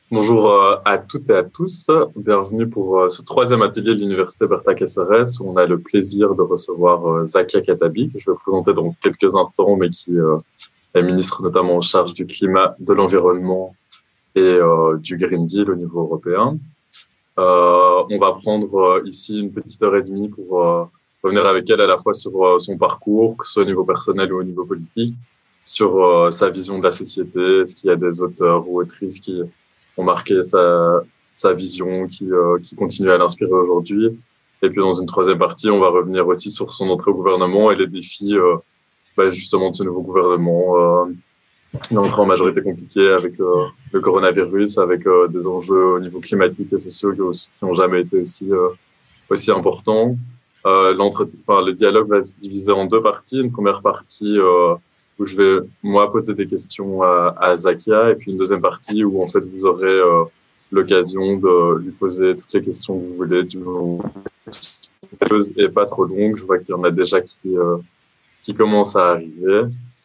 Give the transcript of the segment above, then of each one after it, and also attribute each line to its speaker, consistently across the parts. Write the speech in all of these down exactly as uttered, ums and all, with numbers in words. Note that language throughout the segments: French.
Speaker 1: Bonjour euh, à toutes et à tous. Bienvenue pour euh, ce troisième atelier de l'Université Berta Cáceres où on a le plaisir de recevoir euh, Zakia Khattabi, que je vais présenter dans quelques instants, mais qui euh, est ministre notamment en charge du climat, de l'environnement et euh, du Green Deal au niveau européen. Euh, on va prendre euh, ici une petite heure et demie pour euh, revenir avec elle à la fois sur euh, son parcours, que ce soit au niveau personnel ou au niveau politique, sur euh, sa vision de la société, est-ce qu'il y a des auteurs ou autrices qui ont marqué sa, sa vision, qui, euh, qui continuent à l'inspirer aujourd'hui. Et puis dans une troisième partie, on va revenir aussi sur son entrée au gouvernement et les défis euh, bah, justement de ce nouveau gouvernement. Euh, une entrée en majorité compliquée avec euh, le coronavirus, avec euh, des enjeux au niveau climatique et sociaux qui n'ont jamais été aussi, euh, aussi importants. Euh, enfin, le dialogue va se diviser en deux parties. Une première partie euh, où je vais, moi, poser des questions à, à Zakia, et puis une deuxième partie où, en fait, vous aurez euh, l'occasion de lui poser toutes les questions que vous voulez, du moment et pas trop longue. Je vois qu'il y en a déjà qui, euh, qui commencent à arriver.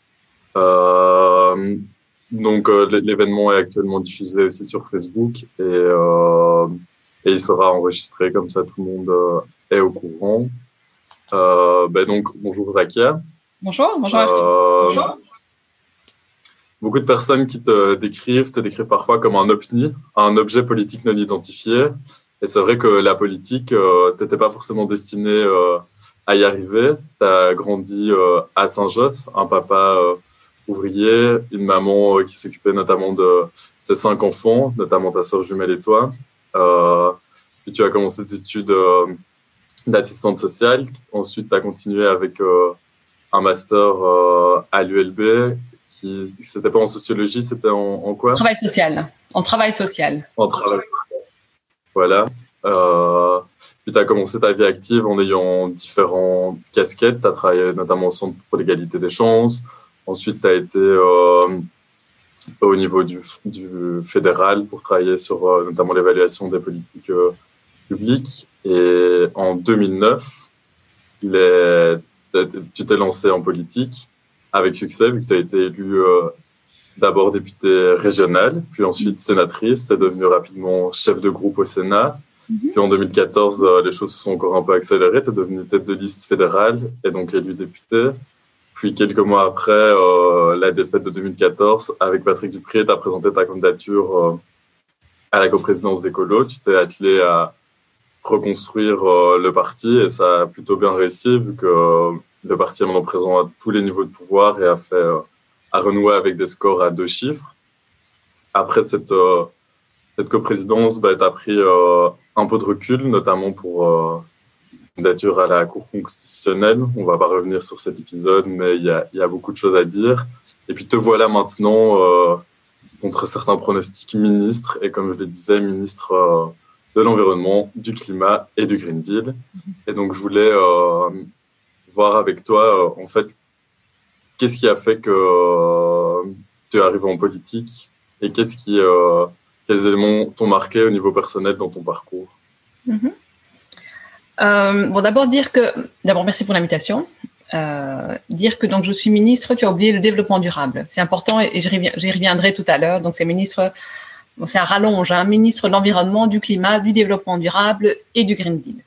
Speaker 1: Euh, donc, euh, l'événement est actuellement diffusé aussi sur Facebook et, euh, et il sera enregistré, comme ça tout le monde euh, est au courant. Euh, ben donc, bonjour Zakia.
Speaker 2: Bonjour, bonjour Arthur.
Speaker 1: Euh,
Speaker 2: bonjour.
Speaker 1: Beaucoup de personnes qui te décrivent, te décrivent parfois comme un OPNI, un objet politique non identifié. Et c'est vrai que la politique, euh, t'étais pas forcément destiné euh, à y arriver. T'as grandi euh, à Saint-Josse, un papa euh, ouvrier, une maman euh, qui s'occupait notamment de ses cinq enfants, notamment ta sœur jumelle et toi. Euh, puis tu as commencé des études euh, d'assistante sociale. Ensuite, tu as continué avec euh, un master euh, à l'U L B. Qui, c'était pas en sociologie, c'était en, en quoi?
Speaker 2: Travail social. En travail social.
Speaker 1: En travail social. Voilà. Euh, puis tu as commencé ta vie active en ayant différentes casquettes. Tu as travaillé notamment au Centre pour l'égalité des chances. Ensuite, tu as été euh, au niveau du, du fédéral pour travailler sur euh, notamment l'évaluation des politiques euh, publiques. Et en deux mille neuf, les, tu t'es lancé en politique avec succès, vu que tu as été élue euh, d'abord députée régionale, puis ensuite sénatrice. Tu es devenue rapidement chef de groupe au Sénat. Mm-hmm. Puis en deux mille quatorze, euh, les choses se sont encore un peu accélérées. Tu es devenue tête de liste fédérale et donc élue députée. Puis quelques mois après euh, la défaite de deux mille quatorze, avec Patrick Duprié, tu as présenté ta candidature euh, à la coprésidence d'Écolo. Tu t'es attelé à reconstruire euh, le parti et ça a plutôt bien réussi, vu que euh, le parti est maintenant présent à tous les niveaux de pouvoir et a fait euh, a renoué avec des scores à deux chiffres. Après cette, euh, cette coprésidence, bah, tu as pris euh, un peu de recul, notamment pour euh, candidature à la Cour constitutionnelle. On va pas revenir sur cet épisode, mais il y a, y a beaucoup de choses à dire. Et puis te voilà maintenant, euh, contre certains pronostics, ministre, et comme je le disais, ministre euh, de l'environnement, du climat et du Green Deal. Et donc je voulais euh, voir avec toi, euh, en fait, qu'est-ce qui a fait que euh, tu es arrivé en politique et qu'est-ce qui, euh, quels éléments t'ont marqué au niveau personnel dans ton parcours?
Speaker 2: Mm-hmm. Euh, bon, d'abord dire que, d'abord merci pour l'invitation. Euh, dire que donc je suis ministre, tu as oublié le développement durable. C'est important et, et j'y reviens, j'y reviendrai tout à l'heure. Donc c'est ministre, bon, c'est un rallonge, hein, ministre de l'environnement, du climat, du développement durable et du Green Deal.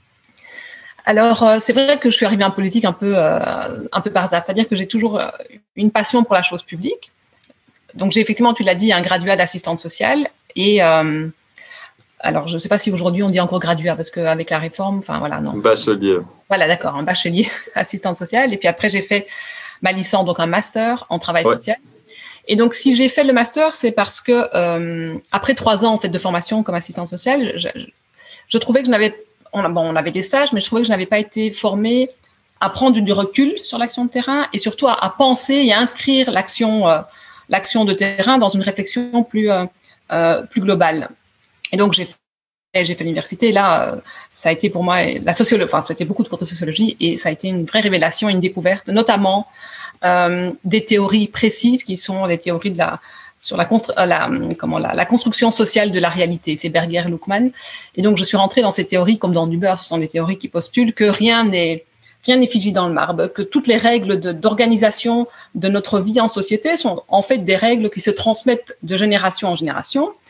Speaker 2: Alors euh, c'est vrai que je suis arrivée en politique un peu, euh, un peu par hasard, c'est-à-dire que j'ai toujours euh, une passion pour la chose publique. Donc j'ai effectivement, tu l'as dit, un graduat d'assistante sociale et euh, alors, je ne sais pas si aujourd'hui on dit encore graduat parce qu'avec la réforme, enfin voilà, non.
Speaker 1: Bachelier.
Speaker 2: Voilà, d'accord, un bachelier assistante sociale. Et puis après, j'ai fait ma licence, donc un master en travail ouais. social. Et donc, si j'ai fait le master, c'est parce que euh, après trois ans en fait de formation comme assistante sociale, je, je, je trouvais que je n'avais, on, bon, on avait des stages, mais je trouvais que je n'avais pas été formée à prendre du recul sur l'action de terrain et surtout à, à penser et à inscrire l'action, euh, l'action de terrain dans une réflexion plus, euh, euh, plus globale. Et donc, j'ai fait, j'ai fait l'université. Là, ça a été pour moi la sociologie, enfin, c'était beaucoup de cours de sociologie et ça a été une vraie révélation, une découverte, notamment euh, des théories précises qui sont les théories de la, sur la, la, comment, la, la construction sociale de la réalité. C'est Berger et Luhmann. Et donc, je suis rentrée dans ces théories comme dans Duber. Ce sont des théories qui postulent que rien n'est, rien n'est figé dans le marbre, que toutes les règles de, d'organisation de notre vie en société sont en fait des règles qui se transmettent de génération en génération.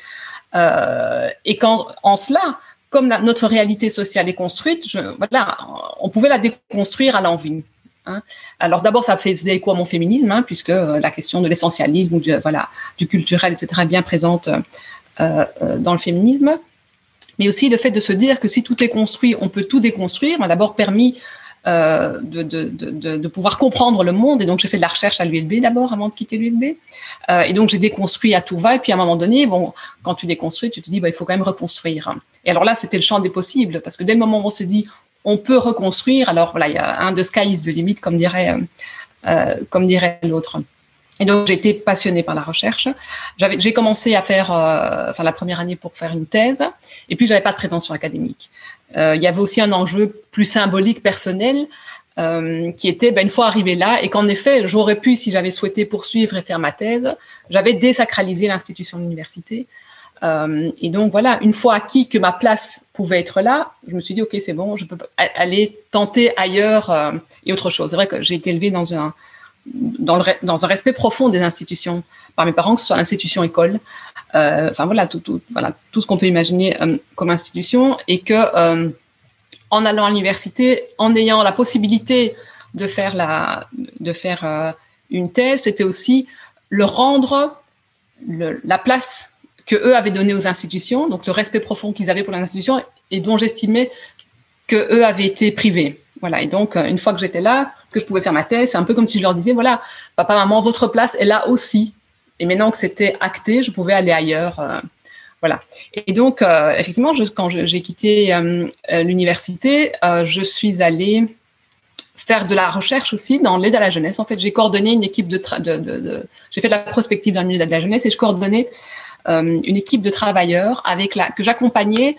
Speaker 2: Euh, et quand, en cela, comme la, notre réalité sociale est construite, je, voilà, on pouvait la déconstruire à l'envie. Hein. Alors d'abord, ça faisait écho à mon féminisme, hein, puisque euh, la question de l'essentialisme ou du, voilà, du culturel, et cetera, est bien présente euh, euh, dans le féminisme. Mais aussi le fait de se dire que si tout est construit, on peut tout déconstruire, m'a d'abord permis euh, de, de, de, de pouvoir comprendre le monde. Et donc, j'ai fait de la recherche à l'U L B d'abord, avant de quitter l'U L B. Euh, et donc, j'ai déconstruit à tout va. Et puis, à un moment donné, bon, quand tu déconstruis, tu te dis, bah, il faut quand même reconstruire. Et alors là, c'était le champ des possibles, parce que dès le moment où on se dit, on peut reconstruire, alors voilà, il y a un de sky is the limit, comme dirait, euh, comme dirait l'autre. Et donc, j'ai été passionnée par la recherche. J'avais, j'ai commencé à faire, euh, enfin, la première année pour faire une thèse. Et puis, j'avais pas de prétention académique. Euh, il y avait aussi un enjeu plus symbolique, personnel, euh, qui était, ben, une fois arrivé là, et qu'en effet, j'aurais pu, si j'avais souhaité poursuivre et faire ma thèse, j'avais désacralisé l'institution de l'université. Euh, et donc, voilà, une fois acquis que ma place pouvait être là, je me suis dit, OK, c'est bon, je peux aller tenter ailleurs euh, et autre chose. C'est vrai que j'ai été élevée dans un, Dans, le, dans un respect profond des institutions par mes parents, que ce soit institution école, euh, enfin voilà tout, tout, voilà tout ce qu'on peut imaginer euh, comme institution, et que euh, en allant à l'université, en ayant la possibilité de faire la de faire euh, une thèse, c'était aussi le rendre le, la place que eux avaient donnée aux institutions, donc le respect profond qu'ils avaient pour l'institution et dont j'estimais que eux avaient été privés. Voilà, et donc une fois que j'étais là, que je pouvais faire ma thèse, c'est un peu comme si je leur disais, voilà, papa, maman, votre place est là aussi. Et maintenant que c'était acté, je pouvais aller ailleurs. Euh, voilà. Et donc, euh, effectivement, je, quand je, j'ai quitté euh, l'université, euh, je suis allée faire de la recherche aussi dans l'aide à la jeunesse. En fait, j'ai coordonné une équipe de... Tra- de, de, de j'ai fait de la prospective dans le milieu de la jeunesse et je coordonnais euh, une équipe de travailleurs avec la, que j'accompagnais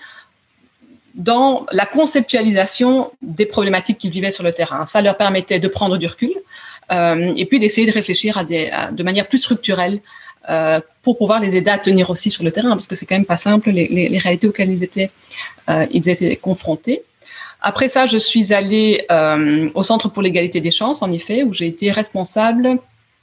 Speaker 2: dans la conceptualisation des problématiques qu'ils vivaient sur le terrain. Ça leur permettait de prendre du recul euh, et puis d'essayer de réfléchir à des, à, de manière plus structurelle euh, pour pouvoir les aider à tenir aussi sur le terrain, parce que c'est quand même pas simple les, les, les réalités auxquelles ils étaient, euh, ils étaient confrontés. Après ça, je suis allée euh, au Centre pour l'égalité des chances, en effet, où j'ai été responsable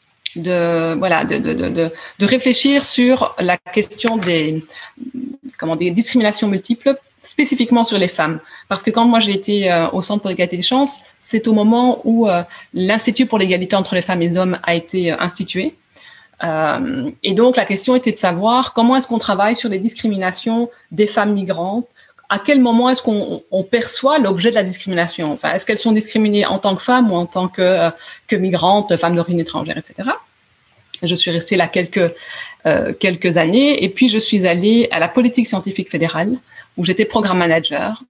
Speaker 2: de voilà de, de, de, de, de réfléchir sur la question des, comment, des discriminations multiples, spécifiquement sur les femmes. Parce que quand moi j'ai été euh, au Centre pour l'égalité des chances, c'est au moment où euh, l'Institut pour l'égalité entre les femmes et les hommes a été euh, institué. Euh, et donc la question était de savoir comment est-ce qu'on travaille sur les discriminations des femmes migrantes, à quel moment est-ce qu'on on perçoit l'objet de la discrimination. Enfin, est-ce qu'elles sont discriminées en tant que femmes ou en tant que, euh, que migrantes, femmes d'origine étrangère, et cetera. Je suis restée là quelques, euh, quelques années et puis je suis allée à la politique scientifique fédérale où j'étais programme manager.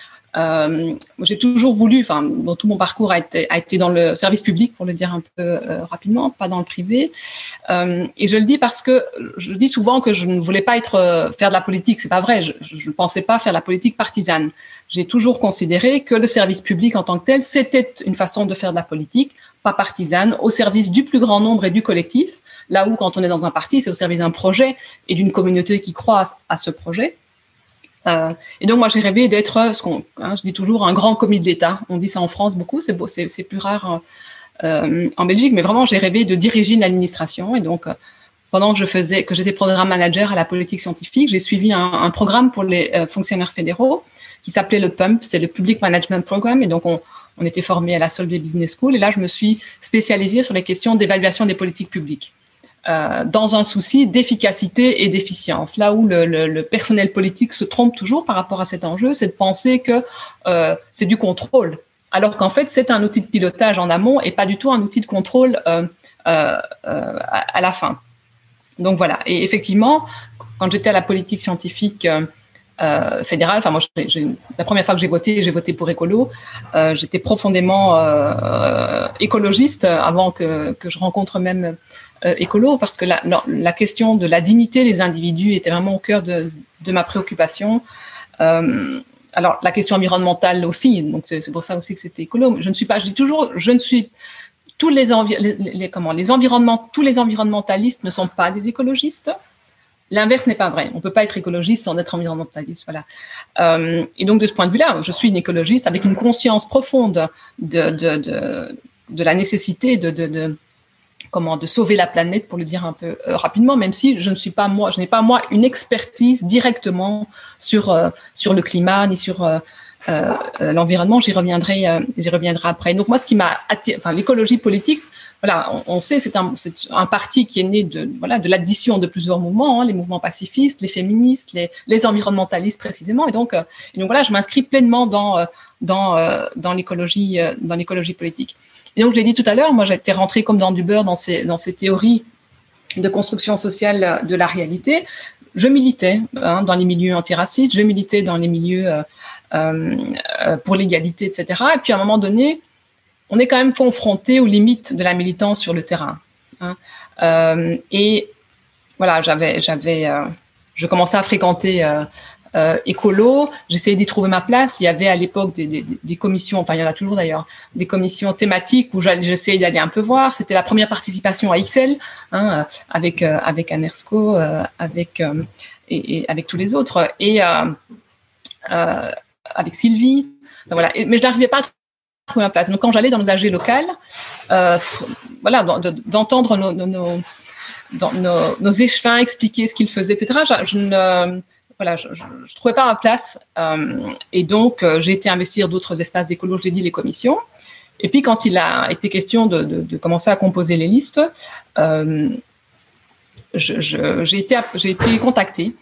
Speaker 2: Euh, j'ai toujours voulu, enfin, bon, tout mon parcours a été, a été dans le service public, pour le dire un peu euh, rapidement, pas dans le privé. Euh, et je le dis parce que je dis souvent que je ne voulais pas être euh, faire de la politique. C'est pas vrai. Je ne pensais pas faire de la politique partisane. J'ai toujours considéré que le service public en tant que tel, c'était une façon de faire de la politique, pas partisane, au service du plus grand nombre et du collectif. Là où, quand on est dans un parti, c'est au service d'un projet et d'une communauté qui croit à, à ce projet. Euh, et donc moi j'ai rêvé d'être ce qu'on, hein, je dis toujours un grand commis de l'État. On dit ça en France beaucoup, c'est beau, c'est, c'est plus rare euh, en Belgique, mais vraiment j'ai rêvé de diriger une administration. Et donc euh, pendant que je faisais, que j'étais programme manager à la politique scientifique, j'ai suivi un, un programme pour les euh, fonctionnaires fédéraux qui s'appelait le P U M P, c'est le Public Management Program. Et donc on, on était formé à la Solvay Business School. Et là je me suis spécialisée sur les questions d'évaluation des politiques publiques. Euh, dans un souci d'efficacité et d'efficience. Là où le, le, le personnel politique se trompe toujours par rapport à cet enjeu, c'est de penser que euh, c'est du contrôle, alors qu'en fait, c'est un outil de pilotage en amont et pas du tout un outil de contrôle euh, euh, à, à la fin. Donc voilà. Et effectivement, quand j'étais à la politique scientifique euh, euh, fédérale, enfin moi, j'ai, j'ai, la première fois que j'ai voté, j'ai voté pour écolo. Euh, j'étais profondément euh, écologiste avant que, que je rencontre même Euh, écolo, parce que la, la question de la dignité des individus était vraiment au cœur de, de ma préoccupation. Euh, alors, la question environnementale aussi, donc c'est, c'est pour ça aussi que c'était écolo. Mais je ne suis pas, je dis toujours, je ne suis, tous les, envi, les, les, comment, les environnements, tous les environnementalistes ne sont pas des écologistes. L'inverse n'est pas vrai. On ne peut pas être écologiste sans être environnementaliste. Voilà. Euh, et donc, de ce point de vue-là, je suis une écologiste avec une conscience profonde de, de, de, de la nécessité de, de, de comment de sauver la planète, pour le dire un peu euh, rapidement, même si je ne suis pas moi, je n'ai pas moi une expertise directement sur euh, sur le climat ni sur euh, euh, l'environnement. J'y reviendrai, euh, j'y reviendrai après. Donc moi, ce qui m'a attiré, enfin l'écologie politique, voilà, on, on sait c'est un c'est un parti qui est né de voilà de l'addition de plusieurs mouvements, hein, les mouvements pacifistes, les féministes, les les environnementalistes précisément, et donc euh, et donc voilà, je m'inscris pleinement dans euh, dans euh, dans l'écologie euh, dans l'écologie politique. Et donc, je l'ai dit tout à l'heure, moi, j'étais rentrée comme dans du beurre dans ces, dans ces théories de construction sociale de la réalité. Je militais hein, dans les milieux antiracistes, je militais dans les milieux euh, euh, pour l'égalité, et cetera. Et puis, à un moment donné, on est quand même confronté aux limites de la militance sur le terrain. Hein. Euh, et voilà, j'avais, j'avais, euh, je commençais à fréquenter euh, Euh, écolo, j'essayais d'y trouver ma place. Il y avait à l'époque des, des, des commissions, enfin il y en a toujours d'ailleurs, des commissions thématiques où j'essayais d'aller un peu voir. C'était la première participation à X L, hein, avec euh, avec Anersco, euh, avec euh, et, et avec tous les autres, et euh, euh, avec Sylvie. Enfin, voilà. Et, mais je n'arrivais pas à trouver ma place. Donc quand j'allais dans nos A G locales, euh, voilà, d'entendre nos nos, nos, nos, nos échevins expliquer ce qu'ils faisaient, et cetera. Je, je ne Voilà, je ne trouvais pas ma place euh, et donc euh, j'ai été investir d'autres espaces d'écolo, je l'ai dit, les commissions. Et puis quand il a été question de, de, de commencer à composer les listes, euh, je, je, j'ai été, j'ai été contactée.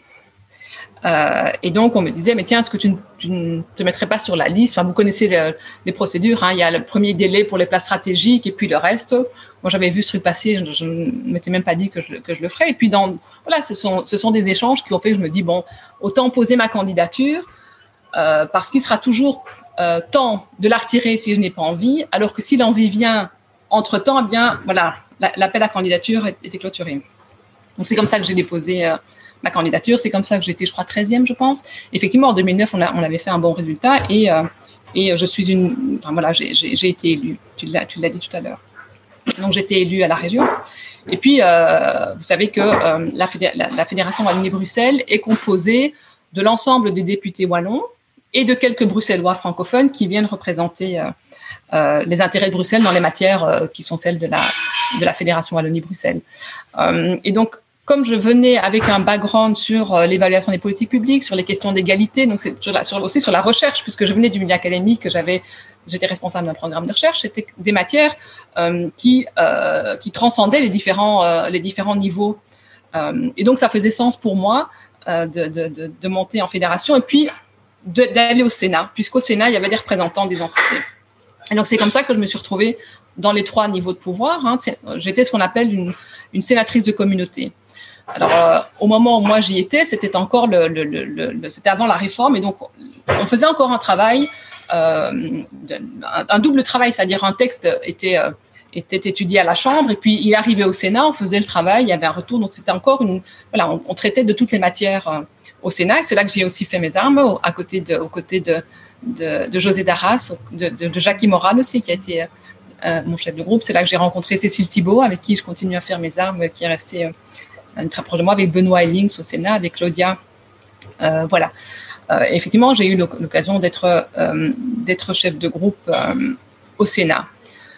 Speaker 2: Euh, et donc on me disait, mais tiens, est-ce que tu ne, tu ne te mettrais pas sur la liste? Enfin, vous connaissez le, les procédures, hein, il y a le premier délai pour les places stratégiques et puis le reste. Moi, j'avais vu ce truc passer, je, je ne m'étais même pas dit que je, que je le ferais. Et puis, dans, voilà, ce sont, ce sont des échanges qui ont fait que je me dis, bon, autant poser ma candidature euh, parce qu'il sera toujours euh, temps de la retirer si je n'ai pas envie, alors que si l'envie vient entre-temps, eh bien, voilà, la, l'appel à candidature était clôturé. Donc, c'est comme ça que j'ai déposé euh, ma candidature. C'est comme ça que j'étais, je crois, treizième, je pense. Effectivement, en deux mille neuf, on, a, on avait fait un bon résultat et, euh, et je suis une... Enfin, voilà, j'ai, j'ai, j'ai été élue. Tu l'as, tu l'as dit tout à l'heure. Donc, j'étais élue à la région. Et puis, euh, vous savez que euh, la, fédé- la, la Fédération Wallonie-Bruxelles est composée de l'ensemble des députés wallons et de quelques Bruxellois francophones qui viennent représenter euh, euh, les intérêts de Bruxelles dans les matières euh, qui sont celles de la, de la Fédération Wallonie-Bruxelles. Euh, et donc, comme je venais avec un background sur euh, l'évaluation des politiques publiques, sur les questions d'égalité, donc c'est sur la, sur, aussi sur la recherche, puisque je venais du milieu académique, que j'avais, j'étais responsable d'un programme de recherche, c'était des matières euh, qui, euh, qui transcendaient les différents, euh, les différents niveaux. Euh, et donc, ça faisait sens pour moi euh, de, de, de, de monter en fédération et puis de, d'aller au Sénat, puisqu'au Sénat, il y avait des représentants des entités. Et donc, c'est comme ça que je me suis retrouvée dans les trois niveaux de pouvoir. Hein. J'étais ce qu'on appelle une, une sénatrice de communauté. Alors, euh, au moment où moi j'y étais, c'était encore le, le, le, le, c'était avant la réforme, et donc on faisait encore un travail, euh, un, un double travail, c'est-à-dire un texte était euh, était étudié à la Chambre, et puis il arrivait au Sénat, on faisait le travail, il y avait un retour, donc c'était encore une, voilà, on, on traitait de toutes les matières euh, au Sénat, et c'est là que j'ai aussi fait mes armes, au, à côté de, aux côtés de, de, de José Darras, de, de, de Jackie Moran aussi, qui a été euh, mon chef de groupe. C'est là que j'ai rencontré Cécile Thibault, avec qui je continue à faire mes armes, qui est restée euh, très proche de moi, avec Benoît Ellings au Sénat, avec Claudia. Euh, voilà. Euh, effectivement, j'ai eu l'occasion d'être, euh, d'être chef de groupe euh, au Sénat.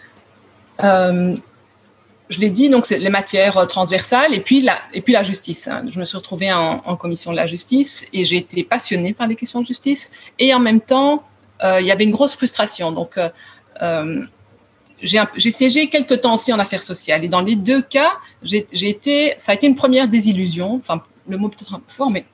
Speaker 2: Euh, je l'ai dit, donc c'est les matières transversales et puis la, et puis la justice. Hein. Je me suis retrouvée en, en commission de la justice et j'ai été passionnée par les questions de justice. Et en même temps, euh, il y avait une grosse frustration. Donc, euh, euh, J'ai, un, j'ai siégé quelques temps aussi en affaires sociales. Et dans les deux cas, j'ai, j'ai été, ça a été une première désillusion, enfin, le mot peut-être un peu fort, mais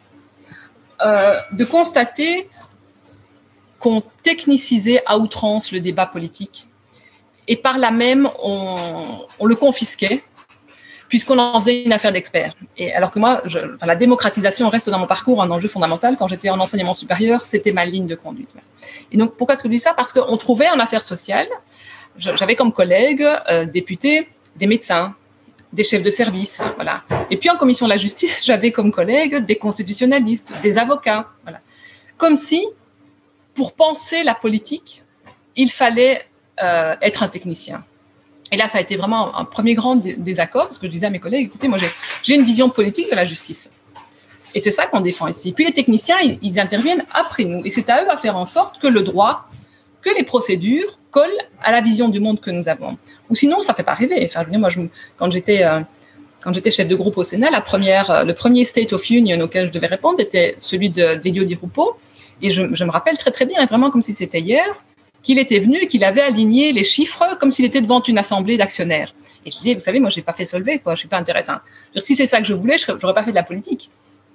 Speaker 2: euh, de constater qu'on technicisait à outrance le débat politique. Et par là même, on, on le confisquait, puisqu'on en faisait une affaire d'experts. Et alors que moi, je, enfin, la démocratisation reste dans mon parcours un enjeu fondamental. Quand j'étais en enseignement supérieur, c'était ma ligne de conduite. Et donc, pourquoi est-ce que je dis ça? Parce qu'on trouvait en affaires sociales, j'avais comme collègues, euh, députés, des médecins, des chefs de service, voilà. Et puis en commission de la justice, j'avais comme collègues des constitutionnalistes, des avocats, voilà. Comme si, pour penser la politique, il fallait euh, être un technicien. Et là, ça a été vraiment un premier grand désaccord, parce que je disais à mes collègues, écoutez, moi j'ai, j'ai une vision politique de la justice. Et c'est ça qu'on défend ici. Puis les techniciens, ils, ils interviennent après nous. Et c'est à eux à faire en sorte que le droit que les procédures collent à la vision du monde que nous avons. Ou sinon, ça ne fait pas rêver. Enfin, je veux dire, moi, je, quand j'étais... Euh, Quand j'étais chef de groupe au Sénat, la première, le premier State of Union auquel je devais répondre était celui d'Elio Di Rupo. Et je, je me rappelle très très bien, vraiment comme si c'était hier, qu'il était venu et qu'il avait aligné les chiffres comme s'il était devant une assemblée d'actionnaires. Et je disais, vous savez, moi, je n'ai pas fait Solvay, quoi. Je suis pas intéressant. Si c'est ça que je voulais, je n'aurais pas fait de la politique.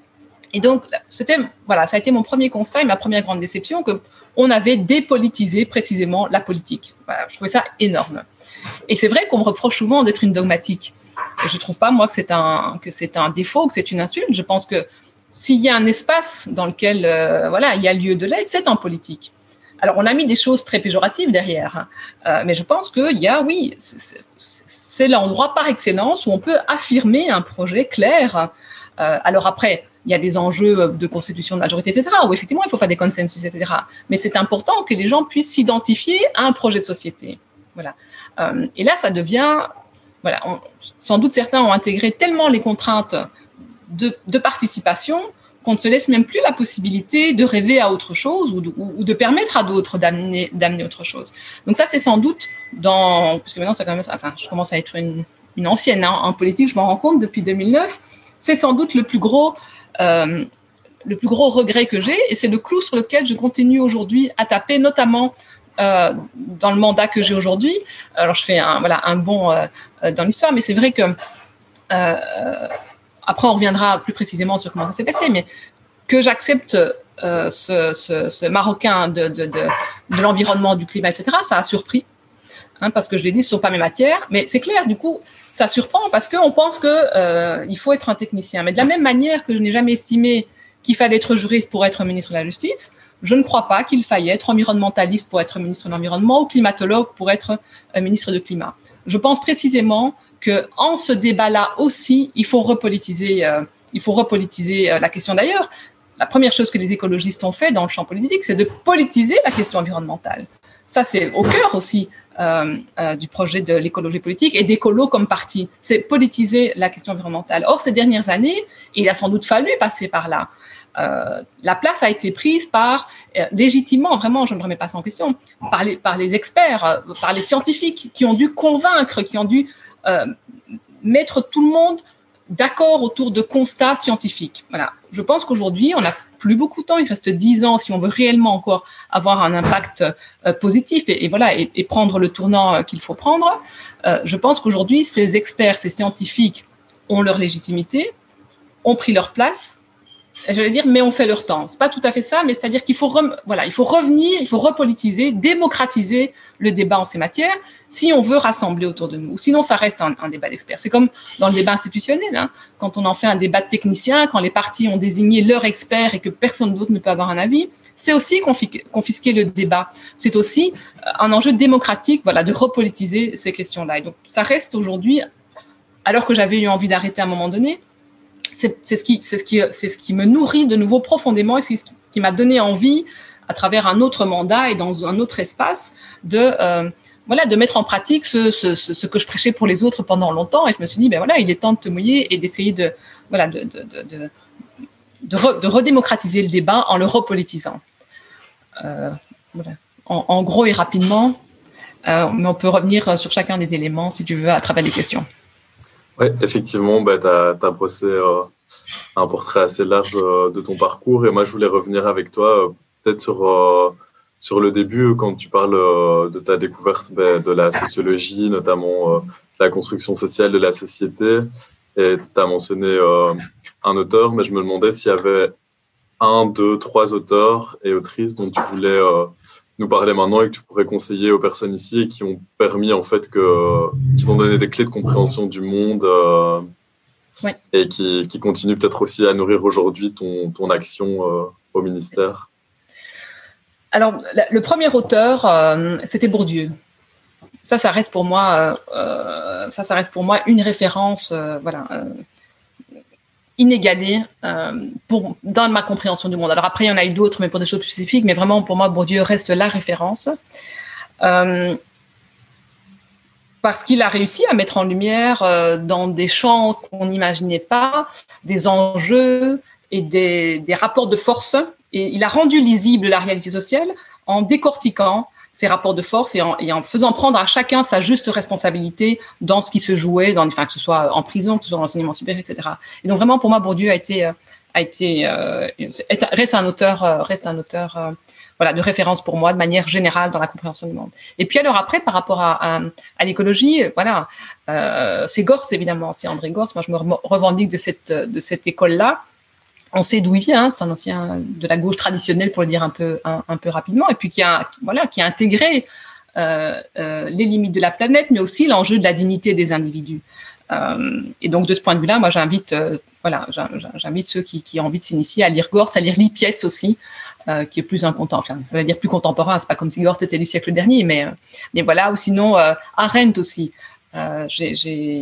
Speaker 2: Et donc, c'était, voilà, ça a été mon premier constat et ma première grande déception, qu'on avait dépolitisé précisément la politique. Voilà, je trouvais ça énorme. Et c'est vrai qu'on me reproche souvent d'être une dogmatique. Et je ne trouve pas, moi, que c'est un, que c'est un défaut, que c'est une insulte. Je pense que s'il y a un espace dans lequel euh, voilà, il y a lieu de l'être, c'est en politique. Alors, on a mis des choses très péjoratives derrière. Hein. Euh, mais je pense qu'il y a, oui, c'est, c'est l'endroit par excellence où on peut affirmer un projet clair. Euh, alors après, il y a des enjeux de constitution de majorité, et cetera, où effectivement, il faut faire des consensus, et cetera. Mais c'est important que les gens puissent s'identifier à un projet de société. Voilà. Euh, et là, ça devient... Voilà, on, sans doute certains ont intégré tellement les contraintes de, de participation qu'on ne se laisse même plus la possibilité de rêver à autre chose ou de, ou de permettre à d'autres d'amener, d'amener autre chose. Donc ça, c'est sans doute dans... Parce que maintenant, ça commence, enfin, je commence à être une, une ancienne hein, en politique, je m'en rends compte depuis deux mille neuf. C'est sans doute le plus gros, euh, le plus gros regret que j'ai et c'est le clou sur lequel je continue aujourd'hui à taper, notamment... Euh, dans le mandat que j'ai aujourd'hui. Alors, je fais un, voilà, un bond euh, dans l'histoire, mais c'est vrai que euh, après, on reviendra plus précisément sur comment ça s'est passé, mais que j'accepte euh, ce, ce, ce Marocain de, de, de, de l'environnement, du climat, et cetera, ça a surpris, hein, parce que je l'ai dit, ce ne sont pas mes matières, mais c'est clair, du coup, ça surprend parce qu'on pense qu'il euh, faut être un technicien. Mais de la même manière que je n'ai jamais estimé qu'il fallait être juriste pour être ministre de la Justice, je ne crois pas qu'il faille être environnementaliste pour être ministre de l'Environnement ou climatologue pour être euh, ministre de Climat. Je pense précisément qu'en ce débat-là aussi, il faut repolitiser, euh, il faut repolitiser euh, la question. D'ailleurs, la première chose que les écologistes ont fait dans le champ politique, c'est de politiser la question environnementale. Ça, c'est au cœur aussi euh, euh, du projet de l'écologie politique et d'écolo comme parti. C'est politiser la question environnementale. Or, ces dernières années, il a sans doute fallu passer par là. Euh, la place a été prise par, euh, légitimement, vraiment, je ne remets pas ça en question, par les, par les experts, euh, par les scientifiques qui ont dû convaincre, qui ont dû euh, mettre tout le monde d'accord autour de constats scientifiques. Voilà. Je pense qu'aujourd'hui, on n'a plus beaucoup de temps, il reste dix ans si on veut réellement encore avoir un impact euh, positif et, et, voilà, et, et prendre le tournant euh, qu'il faut prendre. Euh, je pense qu'aujourd'hui, ces experts, ces scientifiques ont leur légitimité, ont pris leur place. J'allais dire, mais on fait leur temps. C'est pas tout à fait ça, mais c'est-à-dire qu'il faut, re, voilà, il faut revenir, il faut repolitiser, démocratiser le débat en ces matières si on veut rassembler autour de nous. Sinon, ça reste un, un débat d'experts. C'est comme dans le débat institutionnel, hein, quand on en fait un débat de techniciens, quand les partis ont désigné leur expert et que personne d'autre ne peut avoir un avis, c'est aussi confisquer, confisquer le débat. C'est aussi un enjeu démocratique, voilà, de repolitiser ces questions-là. Et donc, ça reste aujourd'hui, alors que j'avais eu envie d'arrêter à un moment donné, C'est, c'est, ce qui, c'est, ce qui, c'est ce qui me nourrit de nouveau profondément et c'est ce qui, ce qui m'a donné envie, à travers un autre mandat et dans un autre espace, de, euh, voilà, de mettre en pratique ce, ce, ce, ce que je prêchais pour les autres pendant longtemps. Et je me suis dit, ben voilà, il est temps de te mouiller et d'essayer de, voilà, de, de, de, de, de, re, de redémocratiser le débat en le repolitisant. Euh, voilà. en, en gros et rapidement, euh, mais on peut revenir sur chacun des éléments, si tu veux, à travers les questions.
Speaker 1: Oui, effectivement, bah, tu as brossé euh, un portrait assez large euh, de ton parcours. Et moi, je voulais revenir avec toi euh, peut-être sur, euh, sur le début, quand tu parles euh, de ta découverte bah, de la sociologie, notamment euh, la construction sociale de la société. Et tu as mentionné euh, un auteur, mais je me demandais s'il y avait un, deux, trois auteurs et autrices dont tu voulais euh, nous parler maintenant et que tu pourrais conseiller aux personnes ici et qui ont permis, en fait, que, qui t'ont donné des clés de compréhension du monde euh,
Speaker 2: ouais.
Speaker 1: et qui, qui continuent peut-être aussi à nourrir aujourd'hui ton, ton action euh, au ministère.
Speaker 2: Alors, le premier auteur, euh, c'était Bourdieu. Ça, ça reste pour moi, euh, ça, ça reste pour moi une référence, euh, voilà, euh, inégalée euh, pour, dans ma compréhension du monde. Alors après, il y en a eu d'autres, mais pour des choses plus spécifiques, mais vraiment, pour moi, Bourdieu reste la référence. Euh, parce qu'il a réussi à mettre en lumière euh, dans des champs qu'on n'imaginait pas, des enjeux et des, des rapports de force. Et il a rendu lisible la réalité sociale en décortiquant ces rapports de force et en, et en faisant prendre à chacun sa juste responsabilité dans ce qui se jouait, dans, enfin, que ce soit en prison, que ce soit dans l'enseignement supérieur, et cetera. Et donc vraiment, pour moi, Bourdieu a été, a été euh, reste un auteur, euh, reste un auteur euh, voilà, de référence pour moi de manière générale dans la compréhension du monde. Et puis alors après, par rapport à, à, à l'écologie, voilà, euh, c'est Gortz évidemment, c'est André Gortz. Moi, je me revendique de cette de cette école-là. On sait d'où il vient, hein, c'est un ancien de la gauche traditionnelle pour le dire un peu un, un peu rapidement, et puis qui a voilà qui a intégré euh, euh, les limites de la planète, mais aussi l'enjeu de la dignité des individus. Euh, et donc de ce point de vue-là, moi j'invite euh, voilà j'invite ceux qui, qui ont envie de s'initier à lire Gortz, à lire Lippietz aussi, euh, qui est plus un contemporain, enfin je vais dire plus contemporain, c'est pas comme si Gortz était du siècle dernier, mais mais voilà, ou sinon euh, Arendt aussi. Euh, j'ai,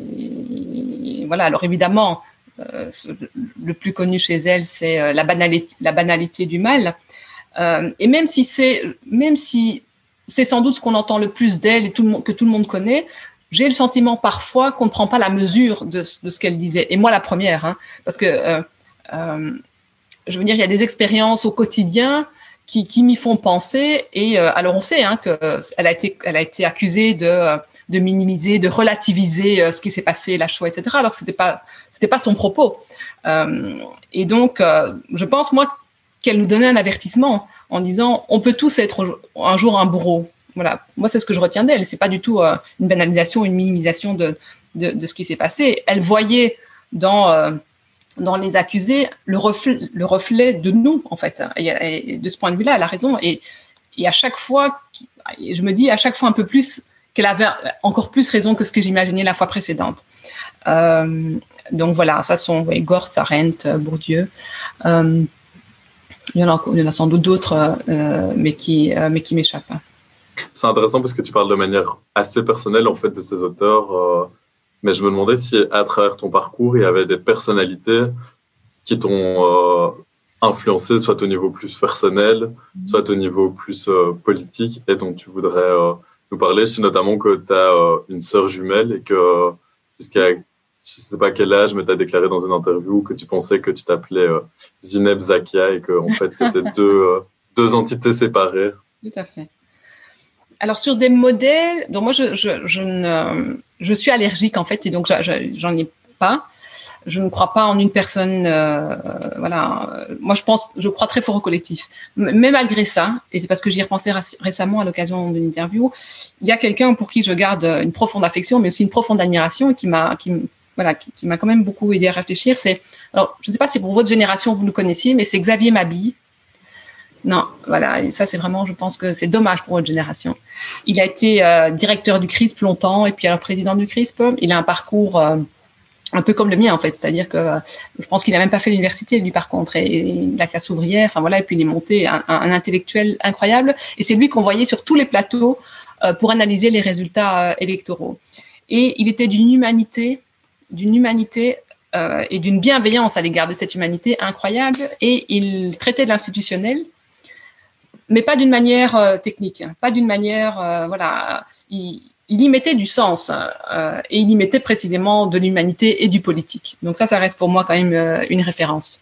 Speaker 2: j'ai voilà alors évidemment. Euh, le plus connu chez elle, c'est euh, la banalité, la banalité du mal. Euh, et même si c'est, même si c'est sans doute ce qu'on entend le plus d'elle et tout le monde, que tout le monde connaît, j'ai le sentiment parfois qu'on ne prend pas la mesure de, de ce qu'elle disait. Et moi, la première, hein, parce que euh, euh, je veux dire, il y a des expériences au quotidien qui, qui m'y font penser. Et euh, alors, on sait hein, que elle a été, elle a été accusée de de minimiser, de relativiser euh, ce qui s'est passé, la Shoah, et cetera. Alors que c'était pas, c'était pas son propos. Euh, et donc, euh, je pense moi qu'elle nous donnait un avertissement en disant, on peut tous être un jour un bourreau. Voilà. Moi, c'est ce que je retiens d'elle. C'est pas du tout euh, une banalisation, une minimisation de de, de ce qui s'est passé. Elle voyait dans euh, dans les accusés le reflet, le reflet de nous en fait. Et, et de ce point de vue-là, elle a raison. Et et à chaque fois, je me dis à chaque fois un peu plus qu'elle avait encore plus raison que ce que j'imaginais la fois précédente. Euh, donc voilà, ça sont ouais, Gortz, Arendt, Bourdieu. Euh, il, y en a, il y en a sans doute d'autres, euh, mais qui, euh, mais qui m'échappent.
Speaker 1: C'est intéressant parce que tu parles de manière assez personnelle en fait de ces auteurs, euh, mais je me demandais si à travers ton parcours il y avait des personnalités qui t'ont euh, influencé, soit au niveau plus personnel, soit au niveau plus euh, politique, et dont tu voudrais euh, nous parler. Je sais notamment que tu as euh, une sœur jumelle et que, jusqu'à je ne sais pas quel âge, mais tu as déclaré dans une interview que tu pensais que tu t'appelais euh, Zineb Zakia et qu'en fait, c'était deux, euh, deux entités séparées.
Speaker 2: Tout à fait. Alors, sur des modèles, donc moi, je, je, je, ne, je suis allergique, en fait, et donc je, je, j'en ai pas. Je ne crois pas en une personne, euh, voilà. Moi, je pense, je crois très fort au collectif. Mais malgré ça, et c'est parce que j'y ai repensé récemment à l'occasion d'une interview, il y a quelqu'un pour qui je garde une profonde affection, mais aussi une profonde admiration, et qui m'a, qui, voilà, qui, qui m'a quand même beaucoup aidé à réfléchir. C'est, alors, je ne sais pas si pour votre génération vous le connaissiez, mais c'est Xavier Mabille. Non, voilà, et ça c'est vraiment, je pense que c'est dommage pour votre génération. Il a été euh, directeur du C R I S P longtemps, et puis alors président du C R I S P. Il a un parcours euh, un peu comme le mien en fait, c'est-à-dire que euh, je pense qu'il a même pas fait l'université lui par contre, et, et la classe ouvrière, enfin voilà, et puis il est monté un, un, un intellectuel incroyable, et c'est lui qu'on voyait sur tous les plateaux euh, pour analyser les résultats euh, électoraux. Et il était d'une humanité, d'une humanité euh, et d'une bienveillance à l'égard de cette humanité incroyable, et il traitait de l'institutionnel, mais pas d'une manière euh, technique, hein, pas d'une manière, euh, voilà, il, il y mettait du sens, euh, et il y mettait précisément de l'humanité et du politique. Donc ça, ça reste pour moi quand même euh, une référence.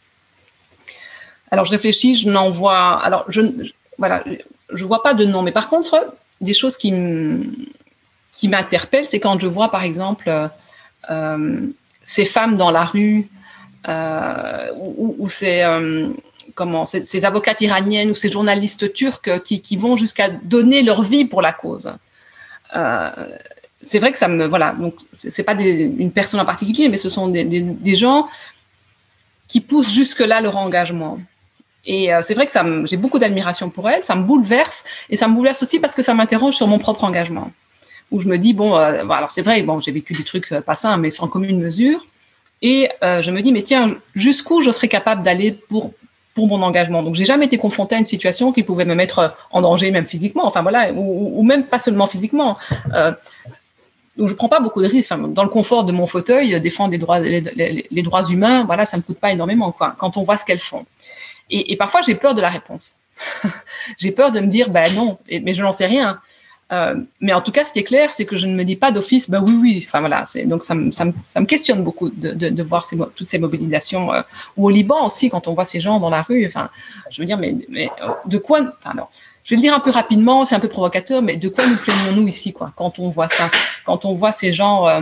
Speaker 2: Alors je réfléchis, je n'en vois, alors je, je voilà, je vois pas de nom, mais par contre, des choses qui m- qui m'interpellent, c'est quand je vois par exemple euh, ces femmes dans la rue, euh, ou, ou ces euh, comment, ces, ces avocates iraniennes ou ces journalistes turcs qui, qui vont jusqu'à donner leur vie pour la cause. Euh, c'est vrai que ça me, voilà, donc c'est pas des, une personne en particulier, mais ce sont des, des, des gens qui poussent jusque-là leur engagement. Et euh, c'est vrai que ça me, j'ai beaucoup d'admiration pour elles, ça me bouleverse, et ça me bouleverse aussi parce que ça m'interroge sur mon propre engagement. Où je me dis, bon, euh, bon alors c'est vrai, bon, j'ai vécu des trucs euh, pas sains, mais sans commune mesure, et euh, je me dis, mais tiens, jusqu'où je serais capable d'aller pour pour mon engagement. Donc, j'ai jamais été confrontée à une situation qui pouvait me mettre en danger, même physiquement, enfin voilà, ou, ou même pas seulement physiquement. Euh, donc, je prends pas beaucoup de risques. Enfin, dans le confort de mon fauteuil, défendre les droits, les, les, les droits humains, voilà, ça me coûte pas énormément, quoi. Quand on voit ce qu'elles font. Et, et parfois, j'ai peur de la réponse. J'ai peur de me dire, ben non, et, mais je n'en sais rien. Euh, mais en tout cas, ce qui est clair, c'est que je ne me dis pas d'office, bah oui, oui. Enfin voilà, c'est, donc ça me, ça me, ça me questionne beaucoup de, de, de voir ces, toutes ces mobilisations. Euh, ou au Liban aussi, quand on voit ces gens dans la rue. Enfin, je veux dire, mais, mais de quoi enfin, alors, je vais le dire un peu rapidement, c'est un peu provocateur, mais de quoi nous plaignons-nous ici, quoi, quand on voit ça, quand on voit ces gens. Euh,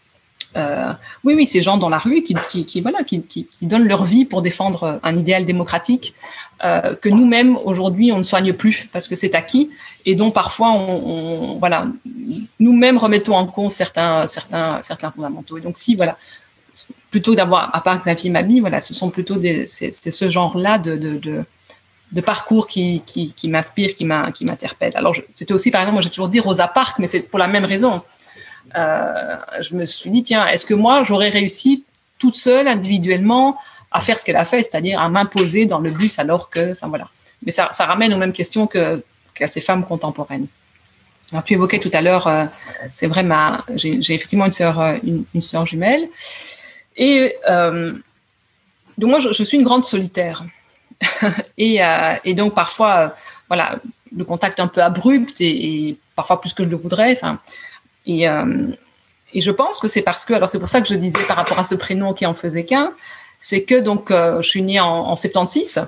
Speaker 2: Euh, oui, oui, ces gens dans la rue qui, qui, qui voilà, qui, qui, qui donnent leur vie pour défendre un idéal démocratique euh, que nous-mêmes aujourd'hui on ne soigne plus parce que c'est acquis et dont parfois on, on voilà, nous-mêmes remettons en cause certains, certains, certains fondamentaux. Et donc si voilà, plutôt d'avoir à part Xavier Mabi, voilà, ce sont plutôt des, c'est, c'est ce genre-là de, de, de de parcours qui, qui, qui m'inspire, qui, m'a, qui m'interpelle. Alors je, c'était aussi par exemple, moi j'ai toujours dit Rosa Parks, mais c'est pour la même raison. Euh, je me suis dit, tiens, est-ce que moi, j'aurais réussi toute seule, individuellement, à faire ce qu'elle a fait, c'est-à-dire à m'imposer dans le bus alors que, enfin voilà. Mais ça, ça ramène aux mêmes questions que, qu'à ces femmes contemporaines. Alors, tu évoquais tout à l'heure, euh, c'est vrai, ma, j'ai, j'ai effectivement une sœur, une, une sœur jumelle. Et euh, donc moi, je, je suis une grande solitaire. et, euh, et donc parfois, euh, voilà, le contact un peu abrupt et, et parfois plus que je le voudrais, enfin. Et, euh, et je pense que c'est parce que, alors c'est pour ça que je disais par rapport à ce prénom qui en faisait qu'un, c'est que donc euh, je suis née en, en soixante-seize.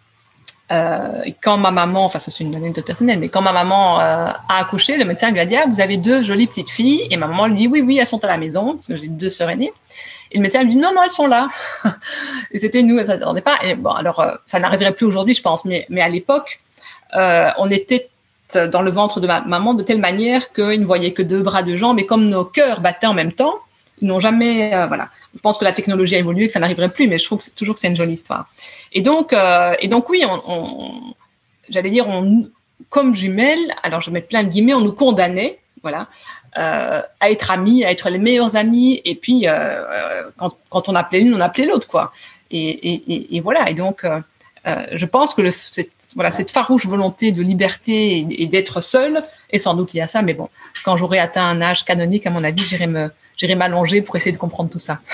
Speaker 2: Euh, et quand ma maman, enfin ça c'est une anecdote personnelle, mais quand ma maman euh, a accouché, le médecin lui a dit ah vous avez deux jolies petites filles et ma maman lui dit oui oui elles sont à la maison parce que j'ai deux sœurs aînées. Et le médecin lui dit non non elles sont là. Et c'était nous, ça n'attendait pas. Et bon alors euh, ça n'arriverait plus aujourd'hui je pense, mais mais à l'époque euh, on était dans le ventre de ma maman de telle manière qu'ils ne voyaient que deux bras, deux jambes, et comme nos cœurs battaient en même temps, ils n'ont jamais, euh, voilà. Je pense que la technologie a évolué, que ça n'arriverait plus, mais je trouve que c'est toujours que c'est une jolie histoire. Et donc, euh, et donc oui, on, on, j'allais dire, on, comme jumelles, alors je mets plein de guillemets, on nous condamnait, voilà, euh, à être amis, à être les meilleurs amis, et puis euh, quand, quand on appelait l'une, on appelait l'autre, quoi. Et, et, et, et voilà. Et donc, euh, euh, je pense que le, cette, voilà, cette farouche volonté de liberté et, et d'être seule est sans doute liée à ça. Mais bon, quand j'aurai atteint un âge canonique, à mon avis, j'irai me, j'irai m'allonger pour essayer de comprendre tout ça.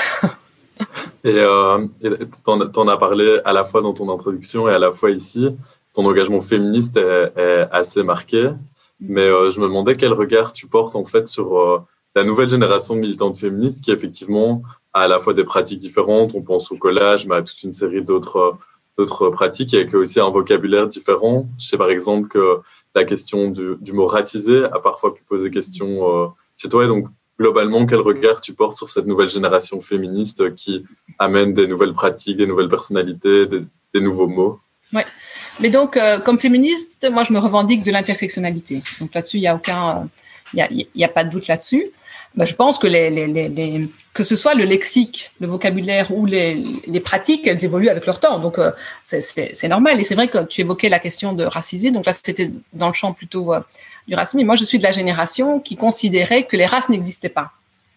Speaker 1: Et euh, t'en, t'en as parlé à la fois dans ton introduction et à la fois ici. Ton engagement féministe est, est assez marqué. Mais euh, je me demandais quel regard tu portes en fait sur euh, la nouvelle génération de militantes féministes qui effectivement a à la fois des pratiques différentes. On pense au collage, mais à toute une série d'autres d'autres pratiques et qui a aussi un vocabulaire différent. Je sais par exemple que la question du, du mot racisé a parfois pu poser question euh, chez toi. Et donc globalement, quel regard tu portes sur cette nouvelle génération féministe qui amène des nouvelles pratiques, des nouvelles personnalités, des, des nouveaux mots?
Speaker 2: Ouais. Mais donc, euh, comme féministe, moi, je me revendique de l'intersectionnalité. Donc là-dessus, il y a aucun, il euh, y a, il y a pas de doute là-dessus. Ben, je pense que les, les, les, les, que ce soit le lexique, le vocabulaire ou les, les pratiques, elles évoluent avec leur temps. Donc euh, c'est, c'est, c'est normal. Et c'est vrai que tu évoquais la question de racisé. Donc là, c'était dans le champ plutôt euh, du racisme. Mais moi, je suis de la génération qui considérait que les races n'existaient pas.